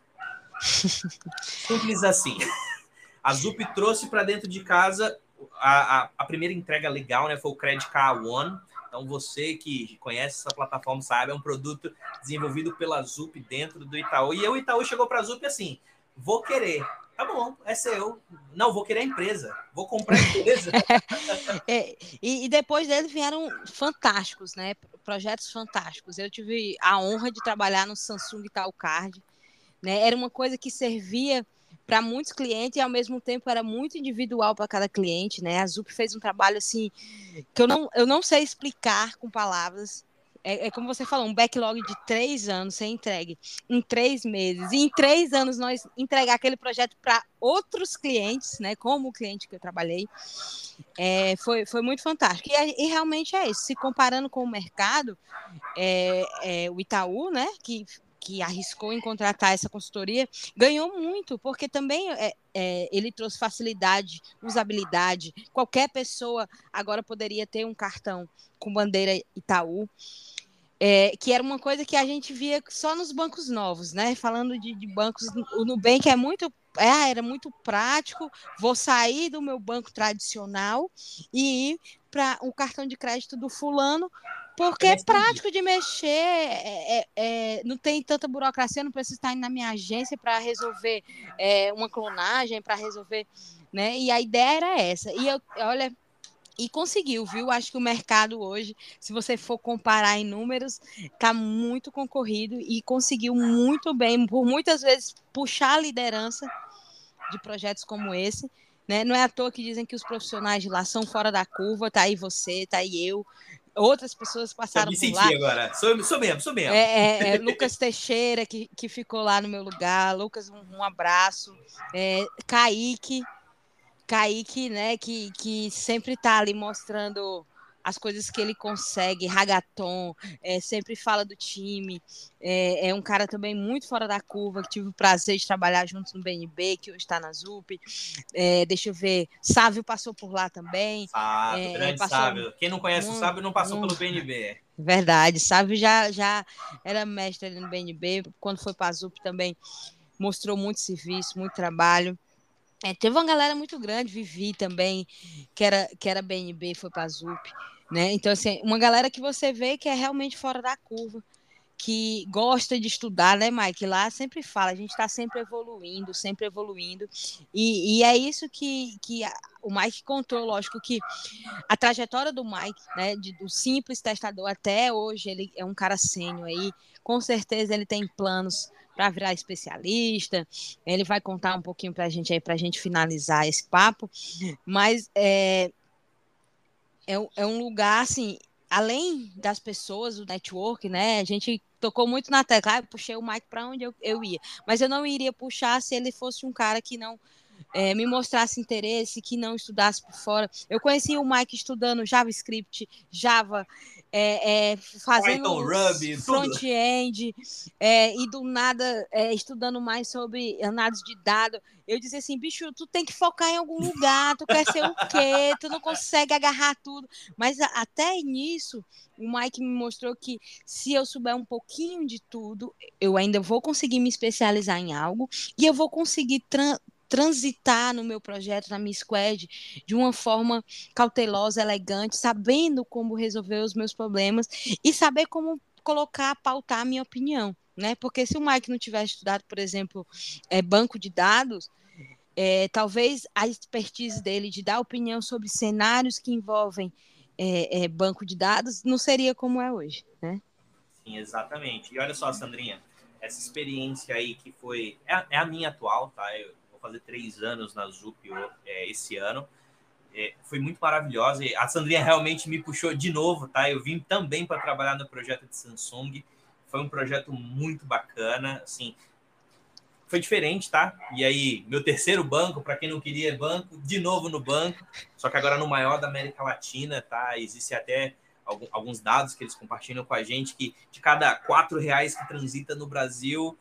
Simples assim. A ZUP trouxe para dentro de casa a primeira entrega legal, né? Foi o Credit Card One. Então, você que conhece essa plataforma sabe, é um produto desenvolvido pela ZUP dentro do Itaú. E o Itaú chegou para a ZUP assim, vou querer. Tá bom, é seu. Não, vou querer a empresa. Vou comprar a empresa. E depois deles vieram fantásticos, né? Projetos fantásticos. Eu tive a honra de trabalhar no Samsung Itaú Card, né? Era uma coisa que servia para muitos clientes e ao mesmo tempo era muito individual para cada cliente, né? A ZUP fez um trabalho assim que eu não sei explicar com palavras. É como você falou, um backlog de 3 anos ser entregue em 3 meses. E em 3 anos nós entregar aquele projeto para outros clientes, né? Como o cliente que eu trabalhei. Foi muito fantástico. E realmente é isso. Se comparando com o mercado, o Itaú, né? Que arriscou em contratar essa consultoria, ganhou muito, porque também ele trouxe facilidade, usabilidade. Qualquer pessoa agora poderia ter um cartão com bandeira Itaú. Que era uma coisa que a gente via só nos bancos novos, né? Falando de bancos, o Nubank era muito prático. Vou sair do meu banco tradicional e ir para o cartão de crédito do fulano, porque é prático de mexer, não tem tanta burocracia, não preciso estar indo na minha agência para resolver uma clonagem, para resolver, né? E a ideia era essa. E olha, E conseguiu, viu? Acho que o mercado hoje, se você for comparar em números, está muito concorrido e conseguiu muito bem, por muitas vezes, puxar a liderança de projetos como esse. Né? Não é à toa que dizem que os profissionais de lá são fora da curva, tá aí você, tá aí eu. Outras pessoas Eu passaram me por lá. senti agora. Sou mesmo, sou mesmo. Lucas Teixeira, que ficou lá no meu lugar. Lucas, um abraço. Kaique, né, que sempre tá ali mostrando as coisas que ele consegue, Ragaton, sempre fala do time, é um cara também muito fora da curva, que tive o prazer de trabalhar juntos no BNB, que hoje está na ZUP, deixa eu ver, Sávio passou por lá também, Sábio, grande passou Sábio. Quem não conhece o Sábio não passou pelo BNB. Verdade, Sávio já era mestre ali no BNB, quando foi para a ZUP também mostrou muito serviço, muito trabalho. Teve uma galera muito grande, Vivi também, que era BNB, foi para a ZUP, né? Então, assim, uma galera que você vê que é realmente fora da curva, que gosta de estudar, né, Mike? Lá sempre fala, a gente está sempre evoluindo. E é isso que o Mike contou, lógico que a trajetória do Mike, né, do simples testador até hoje, ele é um cara sênior aí, com certeza ele tem planos para virar especialista, ele vai contar um pouquinho para a gente aí, para a gente finalizar esse papo, mas é um lugar, assim, além das pessoas, o network, né, a gente tocou muito na tecla, eu puxei o Mike para onde eu ia, mas eu não iria puxar se ele fosse um cara que não me mostrasse interesse, que não estudasse por fora. Eu conheci o Mike estudando JavaScript, Java, Python, fazendo Ruby, tudo. front-end, e do nada estudando mais sobre análise de dados. Eu dizia assim, bicho, tu tem que focar em algum lugar, tu quer ser o quê? Tu não consegue agarrar tudo. Mas até nisso, o Mike me mostrou que se eu souber um pouquinho de tudo, eu ainda vou conseguir me especializar em algo e eu vou conseguir transitar no meu projeto, na minha squad, de uma forma cautelosa, elegante, sabendo como resolver os meus problemas e saber como colocar, pautar a minha opinião. Né? Porque se o Mike não tivesse estudado, por exemplo, banco de dados, talvez a expertise dele de dar opinião sobre cenários que envolvem banco de dados não seria como é hoje. Né? Sim, exatamente. E olha só, Sandrinha, essa experiência aí que foi. É a minha atual, tá? Eu vou fazer 3 anos na ZUP esse ano. Foi muito maravilhosa. E a Sandrinha realmente me puxou de novo, tá? Eu vim também para trabalhar no projeto de Samsung. Foi um projeto muito bacana, assim, foi diferente, tá? E aí, meu terceiro banco, para quem não queria banco, de novo no banco, só que agora no maior da América Latina, tá? Existe até alguns dados que eles compartilham com a gente que de cada R$ 4 que transita no Brasil,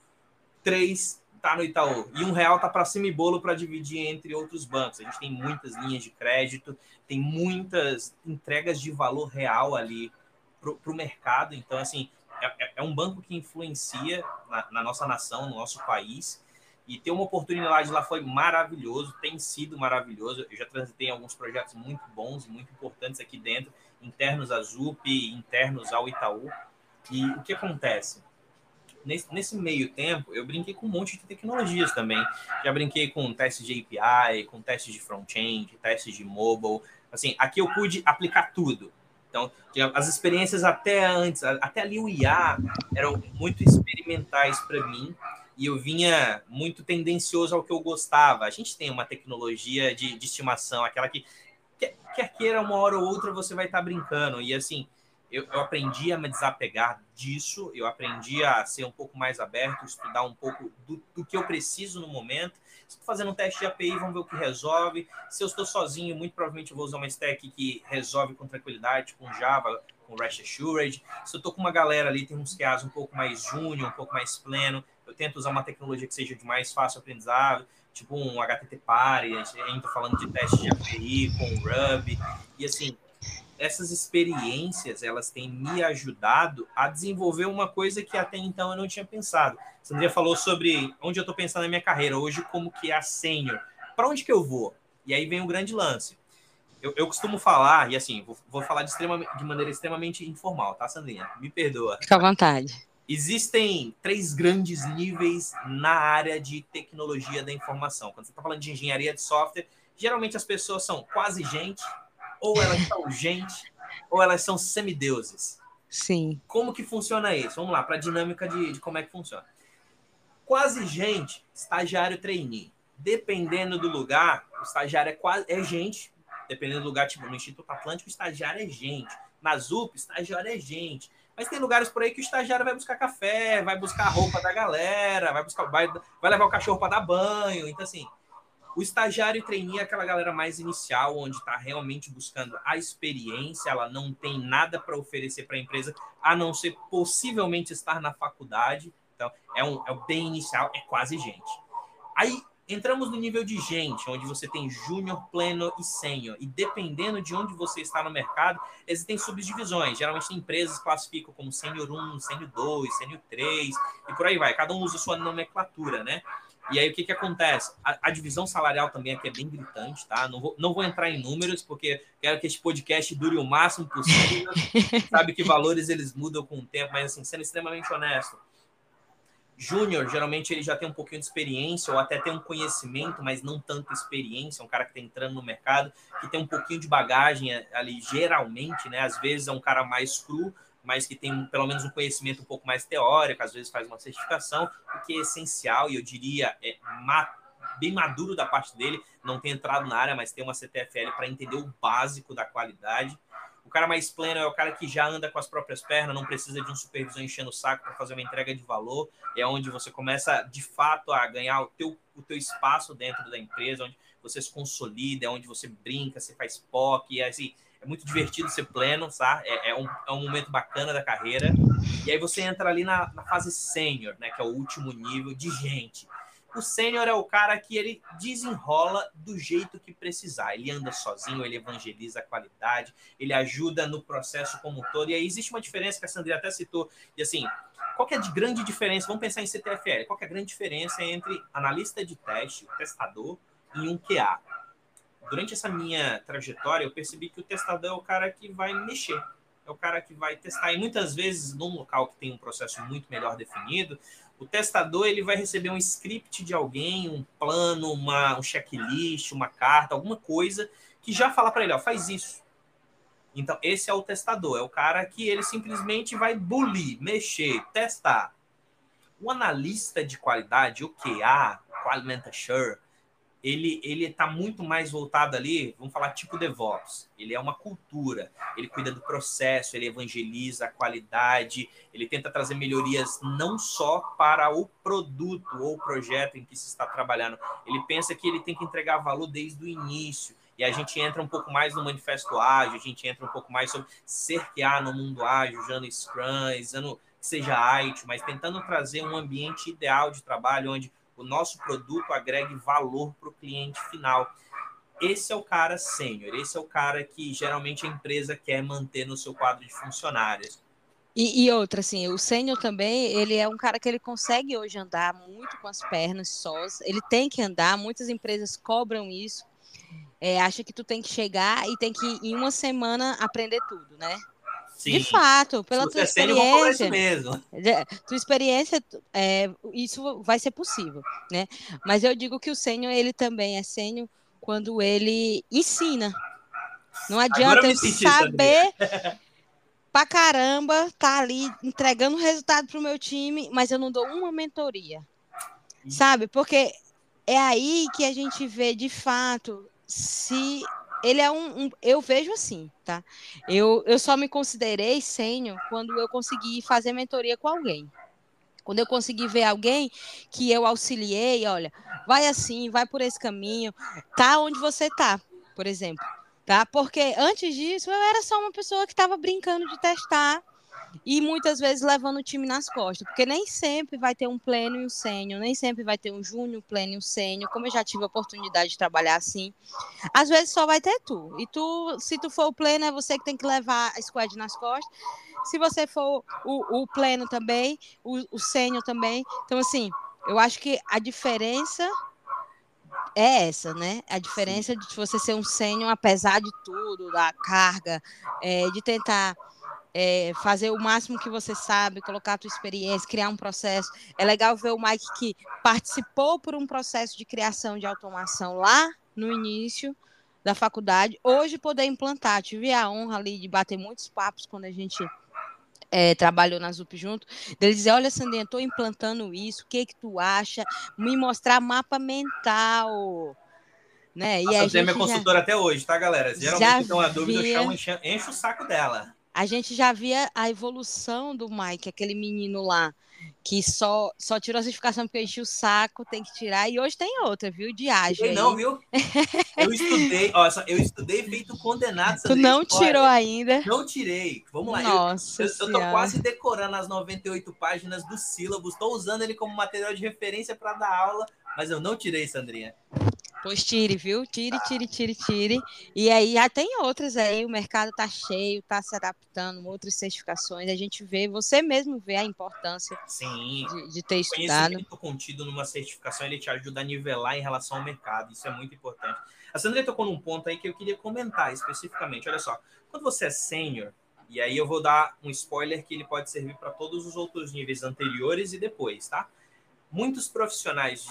3 tá no Itaú. E R$ 1 tá para cima e bolo para dividir entre outros bancos. A gente tem muitas linhas de crédito, tem muitas entregas de valor real ali para o mercado. Então, assim, é um banco que influencia na nossa nação, no nosso país. E ter uma oportunidade lá foi maravilhoso, tem sido maravilhoso. Eu já transitei em alguns projetos muito bons, muito importantes aqui dentro, internos à ZUP, internos ao Itaú. E o que acontece? Nesse meio tempo, eu brinquei com um monte de tecnologias também. Já brinquei com testes de API, com testes de front-end, testes de mobile. Assim, aqui eu pude aplicar tudo. Então, as experiências até antes, até ali o IA, eram muito experimentais para mim e eu vinha muito tendencioso ao que eu gostava. A gente tem uma tecnologia de estimação, aquela que quer queira, uma hora ou outra você vai estar brincando. E assim, eu aprendi a me desapegar disso, eu aprendi a ser um pouco mais aberto, estudar um pouco do que eu preciso no momento. Se estou fazendo um teste de API, vamos ver o que resolve. Se eu estou sozinho, muito provavelmente eu vou usar uma stack que resolve com tranquilidade, com Java, com REST Assured. Se eu estou com uma galera ali, tem uns QAs um pouco mais júnior, um pouco mais pleno, eu tento usar uma tecnologia que seja de mais fácil aprendizado, tipo um HTT Party, a gente entra falando de teste de API com Ruby, e assim, essas experiências, elas têm me ajudado a desenvolver uma coisa que até então eu não tinha pensado. Sandria falou sobre onde eu estou pensando na minha carreira, hoje como que é a sênior, para onde que eu vou? E aí vem um grande lance. Eu costumo falar, e assim, vou falar de maneira extremamente informal, tá, Sandrinha? Me perdoa. Fica à vontade. Existem 3 grandes níveis na área de tecnologia da informação. Quando você está falando de engenharia de software, geralmente as pessoas são quase gente, ou elas são gente, ou elas são semideuses. Sim. Como que funciona isso? Vamos lá, para a dinâmica de como é que funciona. Quase gente, estagiário trainee. Dependendo do lugar, o estagiário é gente. Dependendo do lugar, tipo no Instituto Atlântico, o estagiário é gente. Na ZUP, o estagiário é gente. Mas tem lugares por aí que o estagiário vai buscar café, vai buscar a roupa da galera, vai levar o cachorro para dar banho. Então, assim, o estagiário e trainee é aquela galera mais inicial, onde está realmente buscando a experiência, ela não tem nada para oferecer para a empresa, a não ser possivelmente estar na faculdade. Então, é bem inicial, é quase gente. Aí entramos no nível de gente, onde você tem júnior, pleno e sênior. E dependendo de onde você está no mercado, existem subdivisões. Geralmente empresas classificam como sênior 1, sênior 2, sênior 3 e por aí vai. Cada um usa sua nomenclatura, né? E aí o que acontece? A divisão salarial também aqui é bem gritante, tá? Não vou entrar em números, porque quero que este podcast dure o máximo possível. Sabe que valores eles mudam com o tempo, mas assim, sendo extremamente honesto, júnior, geralmente ele já tem um pouquinho de experiência ou até tem um conhecimento, mas não tanta experiência, um cara que está entrando no mercado, que tem um pouquinho de bagagem ali, geralmente, né? Às vezes é um cara mais cru, mas que tem pelo menos um conhecimento um pouco mais teórico, às vezes faz uma certificação, o que é essencial, e eu diria, bem maduro da parte dele, não tem entrado na área, mas tem uma CTFL para entender o básico da qualidade. O cara mais pleno é o cara que já anda com as próprias pernas, não precisa de um supervisor enchendo o saco para fazer uma entrega de valor. É onde você começa, de fato, a ganhar o teu espaço dentro da empresa, onde você se consolida, é onde você brinca, você faz POC, e assim, é muito divertido ser pleno, sabe? É um momento bacana da carreira. E aí você entra ali na fase sênior, né, que é o último nível de gente. O sênior é o cara que ele desenrola do jeito que precisar. Ele anda sozinho, ele evangeliza a qualidade, ele ajuda no processo como um todo. E aí existe uma diferença que a Sandra até citou. E assim, qual que é a grande diferença? Vamos pensar em CTFL. Qual que é a grande diferença entre analista de teste, testador e um QA? Durante essa minha trajetória, eu percebi que o testador é o cara que vai mexer. É o cara que vai testar. E muitas vezes, num local que tem um processo muito melhor definido, o testador ele vai receber um script de alguém, um plano, um checklist, uma carta, alguma coisa que já fala para ele, ó, faz isso. Então, esse é o testador. É o cara que ele simplesmente vai bulir, mexer, testar. O analista de qualidade, o QA, Quality Assurance, ele está muito mais voltado ali, vamos falar tipo DevOps. Ele é uma cultura, ele cuida do processo, ele evangeliza a qualidade, ele tenta trazer melhorias não só para o produto ou projeto em que se está trabalhando. Ele pensa que ele tem que entregar valor desde o início. E a gente entra um pouco mais no manifesto ágil, a gente entra um pouco mais sobre ser QA no mundo ágil, usando Scrum, usando que seja IT, mas tentando trazer um ambiente ideal de trabalho onde o nosso produto agregue valor para o cliente final. Esse é o cara sênior, esse é o cara que geralmente a empresa quer manter no seu quadro de funcionários. E outra, assim, o sênior também, ele é um cara que ele consegue hoje andar muito com as pernas sós, ele tem que andar, muitas empresas cobram isso, acha que tu tem que chegar e tem que, em uma semana, aprender tudo, né? De Sim. fato, Se pela você tua é sênior, vão cobrar isso experiência, mesmo. tua experiência, isso vai ser possível, né? Mas eu digo que o sênior, ele também é sênior quando ele ensina. Não Agora eu adianta me eu senti, Sandrinha. saber pra caramba, tá ali entregando resultado pro meu time, mas eu não dou uma mentoria, sabe? Porque é aí que a gente vê de fato se ele é eu vejo assim, tá? Eu só me considerei sênior quando eu consegui fazer mentoria com alguém. Quando eu consegui ver alguém que eu auxiliei, olha, vai assim, vai por esse caminho, tá onde você tá, por exemplo, tá? Porque antes disso eu era só uma pessoa que estava brincando de testar e muitas vezes levando o time nas costas, porque nem sempre vai ter um pleno e um sênior, nem sempre vai ter um júnior, um pleno e um sênior, como eu já tive a oportunidade de trabalhar assim. Às vezes só vai ter tu. E tu, se tu for o pleno, é você que tem que levar a squad nas costas. Se você for o pleno também, o sênior também. Então, assim, eu acho que a diferença é essa, né? A diferença de você ser um sênior, apesar de tudo, da carga, de tentar fazer o máximo que você sabe, colocar a tua experiência, criar um processo. É legal ver o Mike que participou por um processo de criação de automação lá no início, da faculdade, hoje poder implantar. Tive a honra ali de bater muitos papos quando a gente trabalhou na ZUP junto, dele dizer, olha, Sandrinha, estou implantando isso, o que tu acha? Me mostrar mapa mental, né? A E a Sandrinha é minha gente já, consultora até hoje, tá, galera? Geralmente já eu tenho uma dúvida, eu chamo, via encho o saco dela. a gente já via a evolução do Mike, aquele menino lá, que só tirou a certificação porque encheu o saco, tem que tirar, e hoje tem outra, viu, de ágil Tirei não, aí. viu? Eu estudei feito condenado, Tu Sandrinha. não tirou ainda? Não tirei. Vamos lá. Nossa Eu tô Senhora. quase decorando as 98 páginas do sílabus. Estou usando ele como material de referência para dar aula, mas eu não tirei, Sandrinha. Pois tire, viu? Tire. E aí já tem outras aí, o mercado tá cheio, tá se adaptando, outras certificações. A gente vê, você mesmo vê a importância Sim. de ter O estudado. conhecimento contido numa certificação, ele te ajuda a nivelar em relação ao mercado. Isso é muito importante. A Sandra tocou num ponto aí que eu queria comentar especificamente. Olha só, quando você é sênior, e aí eu vou dar um spoiler que ele pode servir para todos os outros níveis anteriores e depois, tá? Muitos profissionais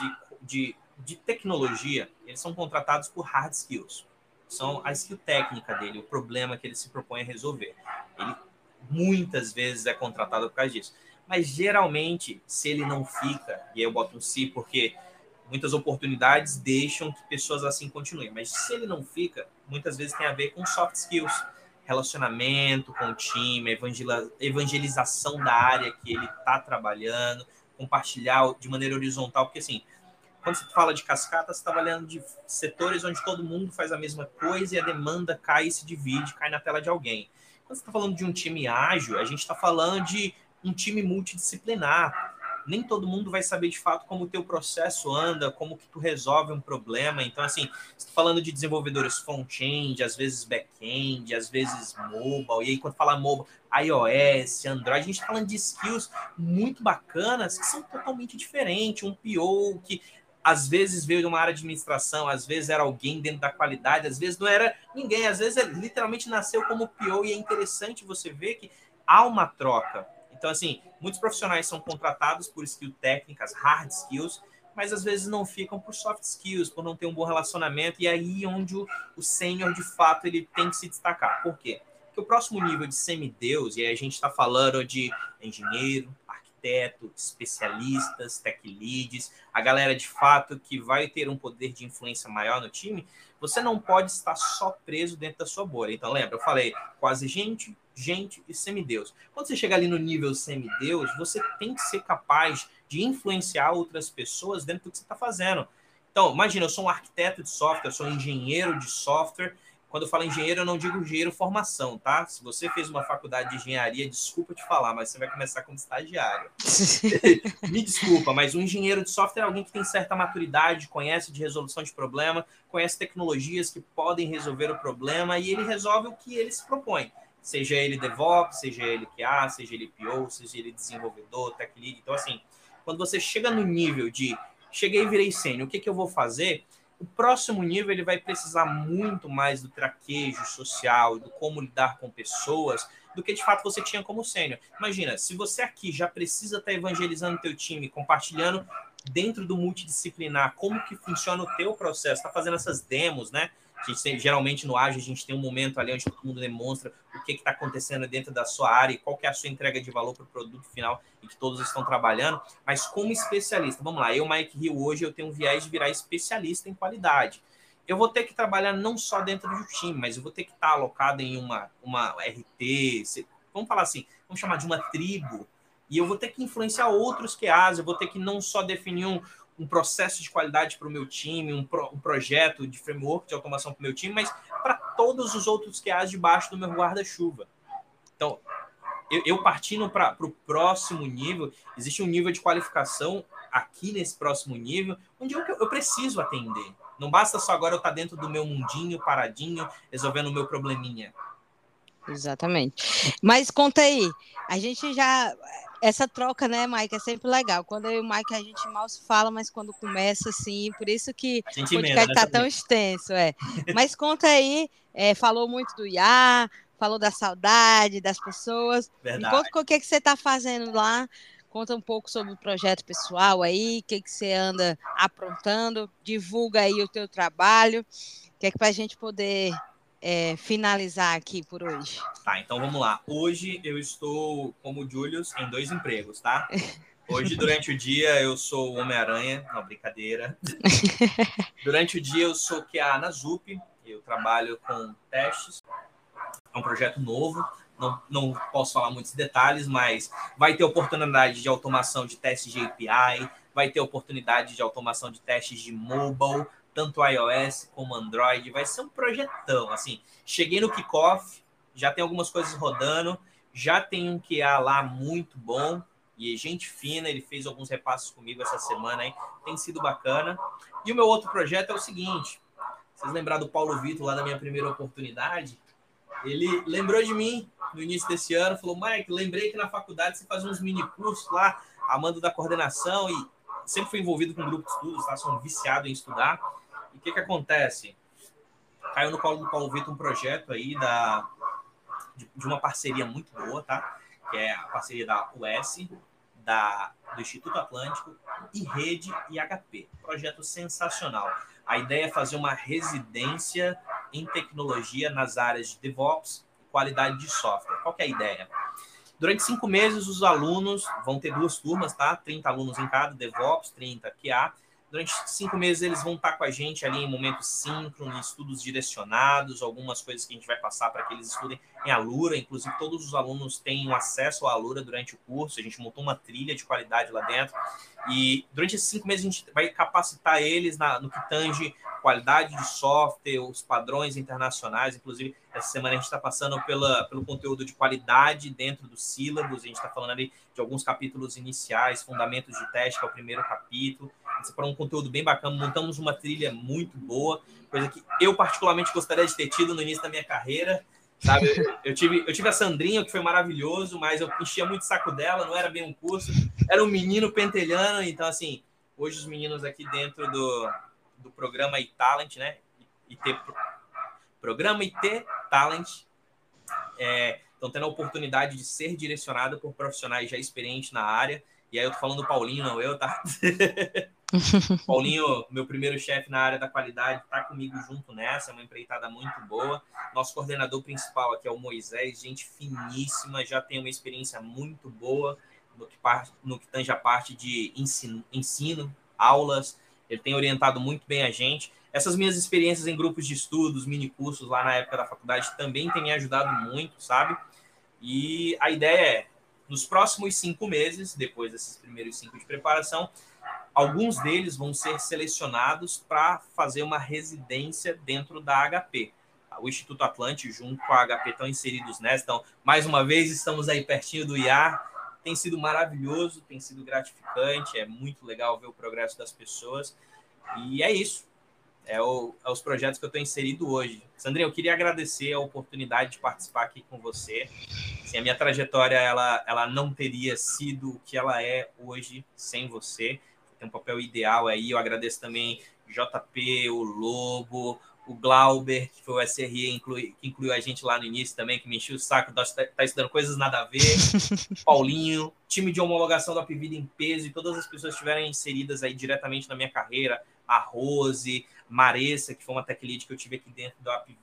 de tecnologia, eles são contratados por hard skills. São a skill técnica dele, o problema que ele se propõe a resolver. Ele muitas vezes é contratado por causa disso. Mas geralmente, se ele não fica, e aí eu boto um se porque muitas oportunidades deixam que pessoas assim continuem, mas se ele não fica, muitas vezes tem a ver com soft skills, relacionamento com o time, evangelização da área que ele está trabalhando, compartilhar de maneira horizontal, porque assim, quando você fala de cascata, você está trabalhando de setores onde todo mundo faz a mesma coisa e a demanda cai e se divide, cai na tela de alguém. Quando você está falando de um time ágil, a gente está falando de um time multidisciplinar. Nem todo mundo vai saber de fato como o teu processo anda, como que tu resolve um problema. Então, assim, você está falando de desenvolvedores front-end, às vezes back-end, às vezes mobile. E aí, quando fala mobile, iOS, Android, a gente está falando de skills muito bacanas que são totalmente diferentes. Um PO que às vezes veio de uma área de administração, às vezes era alguém dentro da qualidade, às vezes não era ninguém, às vezes ele literalmente nasceu como PO e é interessante você ver que há uma troca. Então, assim, muitos profissionais são contratados por skill técnicas, hard skills, mas às vezes não ficam por soft skills, por não ter um bom relacionamento, e aí onde o sênior, de fato, ele tem que se destacar. Por quê? Porque o próximo nível de semideus, e aí a gente está falando de engenheiro, arquiteto, especialistas, tech leads, a galera de fato que vai ter um poder de influência maior no time, você não pode estar só preso dentro da sua bolha. Então, lembra, eu falei quase gente e semideus. Quando você chega ali no nível semideus, você tem que ser capaz de influenciar outras pessoas dentro do que você está fazendo. Então, imagina, eu sou um arquiteto de software, eu sou um engenheiro de software. Quando eu falo engenheiro, eu não digo engenheiro formação, tá? Se você fez uma faculdade de engenharia, desculpa te falar, mas você vai começar como estagiário. Me desculpa, mas um engenheiro de software é alguém que tem certa maturidade, conhece de resolução de problema, conhece tecnologias que podem resolver o problema e ele resolve o que ele se propõe. Seja ele DevOps, seja ele QA, seja ele PO, seja ele desenvolvedor, tech lead. Então, assim, quando você chega no nível de cheguei e virei sênior, o que eu vou fazer? O próximo nível ele vai precisar muito mais do traquejo social, do como lidar com pessoas, do que de fato você tinha como sênior. Imagina, se você aqui já precisa estar evangelizando o teu time, compartilhando dentro do multidisciplinar como que funciona o teu processo, está fazendo essas demos, né? A gente tem, geralmente no Ágil a gente tem um momento ali onde todo mundo demonstra o que está acontecendo dentro da sua área e qual que é a sua entrega de valor para o produto final e que todos estão trabalhando, mas como especialista, vamos lá, eu, Mike Hill, hoje eu tenho um viés de virar especialista em qualidade. Eu vou ter que trabalhar não só dentro do time, mas eu vou ter que estar alocado em uma RT, vamos falar assim, vamos chamar de uma tribo, e eu vou ter que influenciar outros QAs, eu vou ter que não só definir um processo de qualidade para o meu time, um projeto de framework de automação para o meu time, mas para todos os outros QAs debaixo do meu guarda-chuva. Então, eu partindo para o próximo nível, existe um nível de qualificação aqui nesse próximo nível, onde eu preciso atender. Não basta só agora eu estar dentro do meu mundinho, paradinho, resolvendo o meu probleminha. Exatamente. Mas conta aí, a gente já. Essa troca, né, Mike, é sempre legal. Quando eu e o Mike a gente mal se fala, mas quando começa, assim, por isso que A gente o emenda, podcast né, tá tão extenso, é. Mas conta aí, falou muito do IA, falou da saudade das pessoas. Me conta Verdade. o que você está fazendo lá. Conta um pouco sobre o projeto pessoal aí, o que você anda aprontando, divulga aí o teu trabalho. que é que para a gente poder finalizar aqui por hoje? Tá, então vamos lá. Hoje eu estou, como o Julius, em 2 empregos, tá? Hoje, durante o dia, eu sou o Homem-Aranha. Não, brincadeira. Durante o dia, eu sou QA na ZUP. Eu trabalho com testes. É um projeto novo. Não posso falar muitos detalhes, mas vai ter oportunidade de automação de testes de API, vai ter oportunidade de automação de testes de mobile, tanto iOS como Android. Vai ser um projetão. Assim, cheguei no kickoff, já tem algumas coisas rodando, já tem um QA lá muito bom e gente fina. Ele fez alguns repasses comigo essa semana aí, tem sido bacana. E o meu outro projeto é o seguinte: vocês lembraram do Paulo Vitor lá da minha primeira oportunidade? Ele lembrou de mim no início desse ano, falou: Mike, lembrei que na faculdade você faz uns mini cursos lá, a mando da coordenação, e sempre fui envolvido com um grupo de estudos, tá? Sou um viciado em estudar. E o que acontece? Caiu no colo do Paulo Vitor um projeto aí de uma parceria muito boa, tá? Que é a parceria da US, do Instituto Atlântico e Rede e HP. Projeto sensacional. A ideia é fazer uma residência em tecnologia nas áreas de DevOps e qualidade de software. Qual que é a ideia? Durante 5 meses, os alunos vão ter 2 turmas, tá? 30 alunos em cada, DevOps, 30 QA. Durante 5 meses, eles vão estar com a gente ali em momentos síncronos, estudos direcionados, algumas coisas que a gente vai passar para que eles estudem em Alura. Inclusive, todos os alunos têm acesso à Alura durante o curso. A gente montou uma trilha de qualidade lá dentro. E durante esses 5 meses, a gente vai capacitar eles no que tange qualidade de software, os padrões internacionais. Inclusive, essa semana a gente está passando pelo conteúdo de qualidade dentro do sílabus. A gente está falando ali de alguns capítulos iniciais, fundamentos de teste, que é o primeiro capítulo. Para um conteúdo bem bacana, montamos uma trilha muito boa, coisa que eu particularmente gostaria de ter tido no início da minha carreira, sabe? Eu tive a Sandrinha, que foi maravilhoso, mas eu enchia muito o saco dela, não era bem um curso, era um menino pentelhando. Então, assim, hoje os meninos aqui dentro do programa iTalent, né? Programa IT Talent, estão tendo a oportunidade de ser direcionado por profissionais já experientes na área. E aí eu tô falando do Paulinho, não eu, tá? Paulinho, meu primeiro chefe na área da qualidade, está comigo junto nessa, é uma empreitada muito boa. Nosso coordenador principal aqui é o Moisés, gente finíssima, já tem uma experiência muito boa no que tange a parte de ensino, aulas. Ele tem orientado muito bem a gente. Essas minhas experiências em grupos de estudos, mini cursos lá na época da faculdade também têm me ajudado muito, sabe? E a ideia é, nos próximos 5 meses, depois desses primeiros 5 de preparação, alguns deles vão ser selecionados para fazer uma residência dentro da HP. O Instituto Atlântico, junto com a HP, estão inseridos nessa. Então, mais uma vez, estamos aí pertinho do IAR. Tem sido maravilhoso, tem sido gratificante, é muito legal ver o progresso das pessoas. E é isso. Os projetos que eu estou inserido hoje. Sandrinha, eu queria agradecer a oportunidade de participar aqui com você. Assim, a minha trajetória ela não teria sido o que ela é hoje sem você. Tem um papel ideal aí. Eu agradeço também JP, o Lobo, o Glauber, que foi o SRE, que incluiu a gente lá no início também, que me encheu o saco, tá estudando coisas nada a ver. Paulinho, time de homologação da Upvida em peso, e todas as pessoas estiveram inseridas aí diretamente na minha carreira. A Rose, Maressa, que foi uma tech lead que eu tive aqui dentro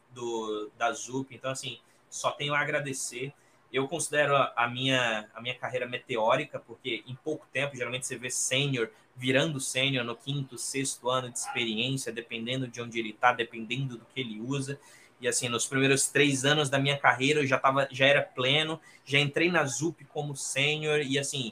da ZUP. Então, assim, só tenho a agradecer. Eu considero a minha carreira meteórica, porque em pouco tempo, geralmente você vê sênior virando sênior no 5º, 6º ano de experiência, dependendo de onde ele está, dependendo do que ele usa. E assim, nos primeiros 3 anos da minha carreira, eu já era pleno, já entrei na ZUP como sênior, e assim,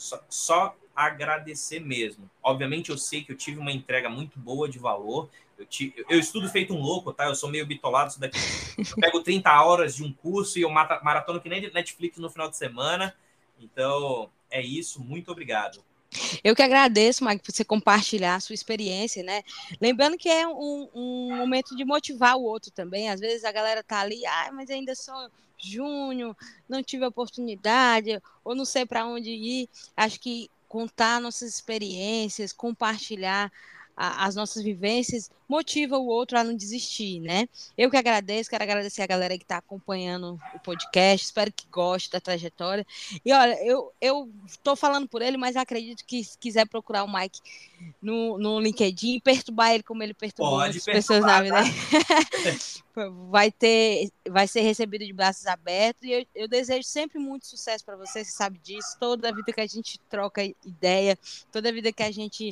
só agradecer mesmo. Obviamente, eu sei que eu tive uma entrega muito boa de valor. Eu estudo feito um louco, tá? Eu sou meio bitolado isso daqui. Eu pego 30 horas de um curso e eu maratono que nem de Netflix no final de semana. Então, é isso. Muito obrigado. Eu que agradeço, Mike, por você compartilhar a sua experiência, né? Lembrando que é um momento de motivar o outro também. Às vezes a galera tá ali, mas ainda sou júnior, não tive oportunidade, ou não sei para onde ir. Acho que contar nossas experiências, compartilhar as nossas vivências motiva o outro a não desistir, né? Eu que agradeço, quero agradecer a galera que está acompanhando o podcast, espero que goste da trajetória. E olha, eu estou falando por ele, mas acredito que se quiser procurar o Mike no LinkedIn e perturbar ele como ele perturbou Pode muitas pessoas na perturbar, vida, tá? vai ser recebido de braços abertos. E eu desejo sempre muito sucesso para você, você sabe disso. Toda a vida que a gente troca ideia, toda a vida que a gente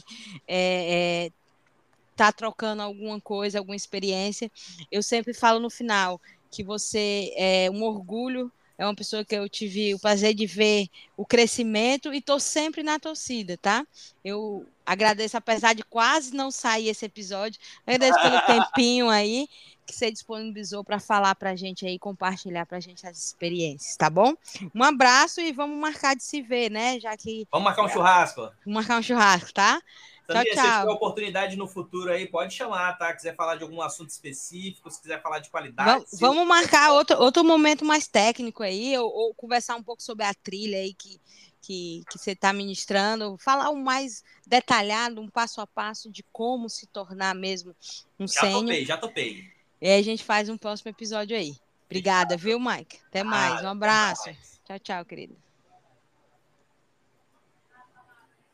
tá trocando alguma coisa, alguma experiência, eu sempre falo no final que você é um orgulho, é uma pessoa que eu tive o prazer de ver o crescimento e tô sempre na torcida, tá? Eu agradeço, apesar de quase não sair esse episódio, agradeço pelo tempinho aí que você disponibilizou para falar para a gente aí, compartilhar para a gente as experiências, tá bom? Um abraço e vamos marcar de se ver, né? Já que Vamos marcar um churrasco. vamos marcar um churrasco, tá? Tchau, Sandrinha, se tiver tchau. oportunidade no futuro aí, pode chamar, tá? Quiser falar de algum assunto específico, se quiser falar de qualidade, seu. Vamos marcar outro momento mais técnico aí, ou conversar um pouco sobre a trilha aí que você está ministrando, falar um mais detalhado, um passo a passo de como se tornar mesmo um Já sênior. topei, já topei. E aí a gente faz um próximo episódio aí. Obrigada, Fechado. viu, Mike? Até mais. Um Nada, até abraço. mais. Tchau, tchau, querido.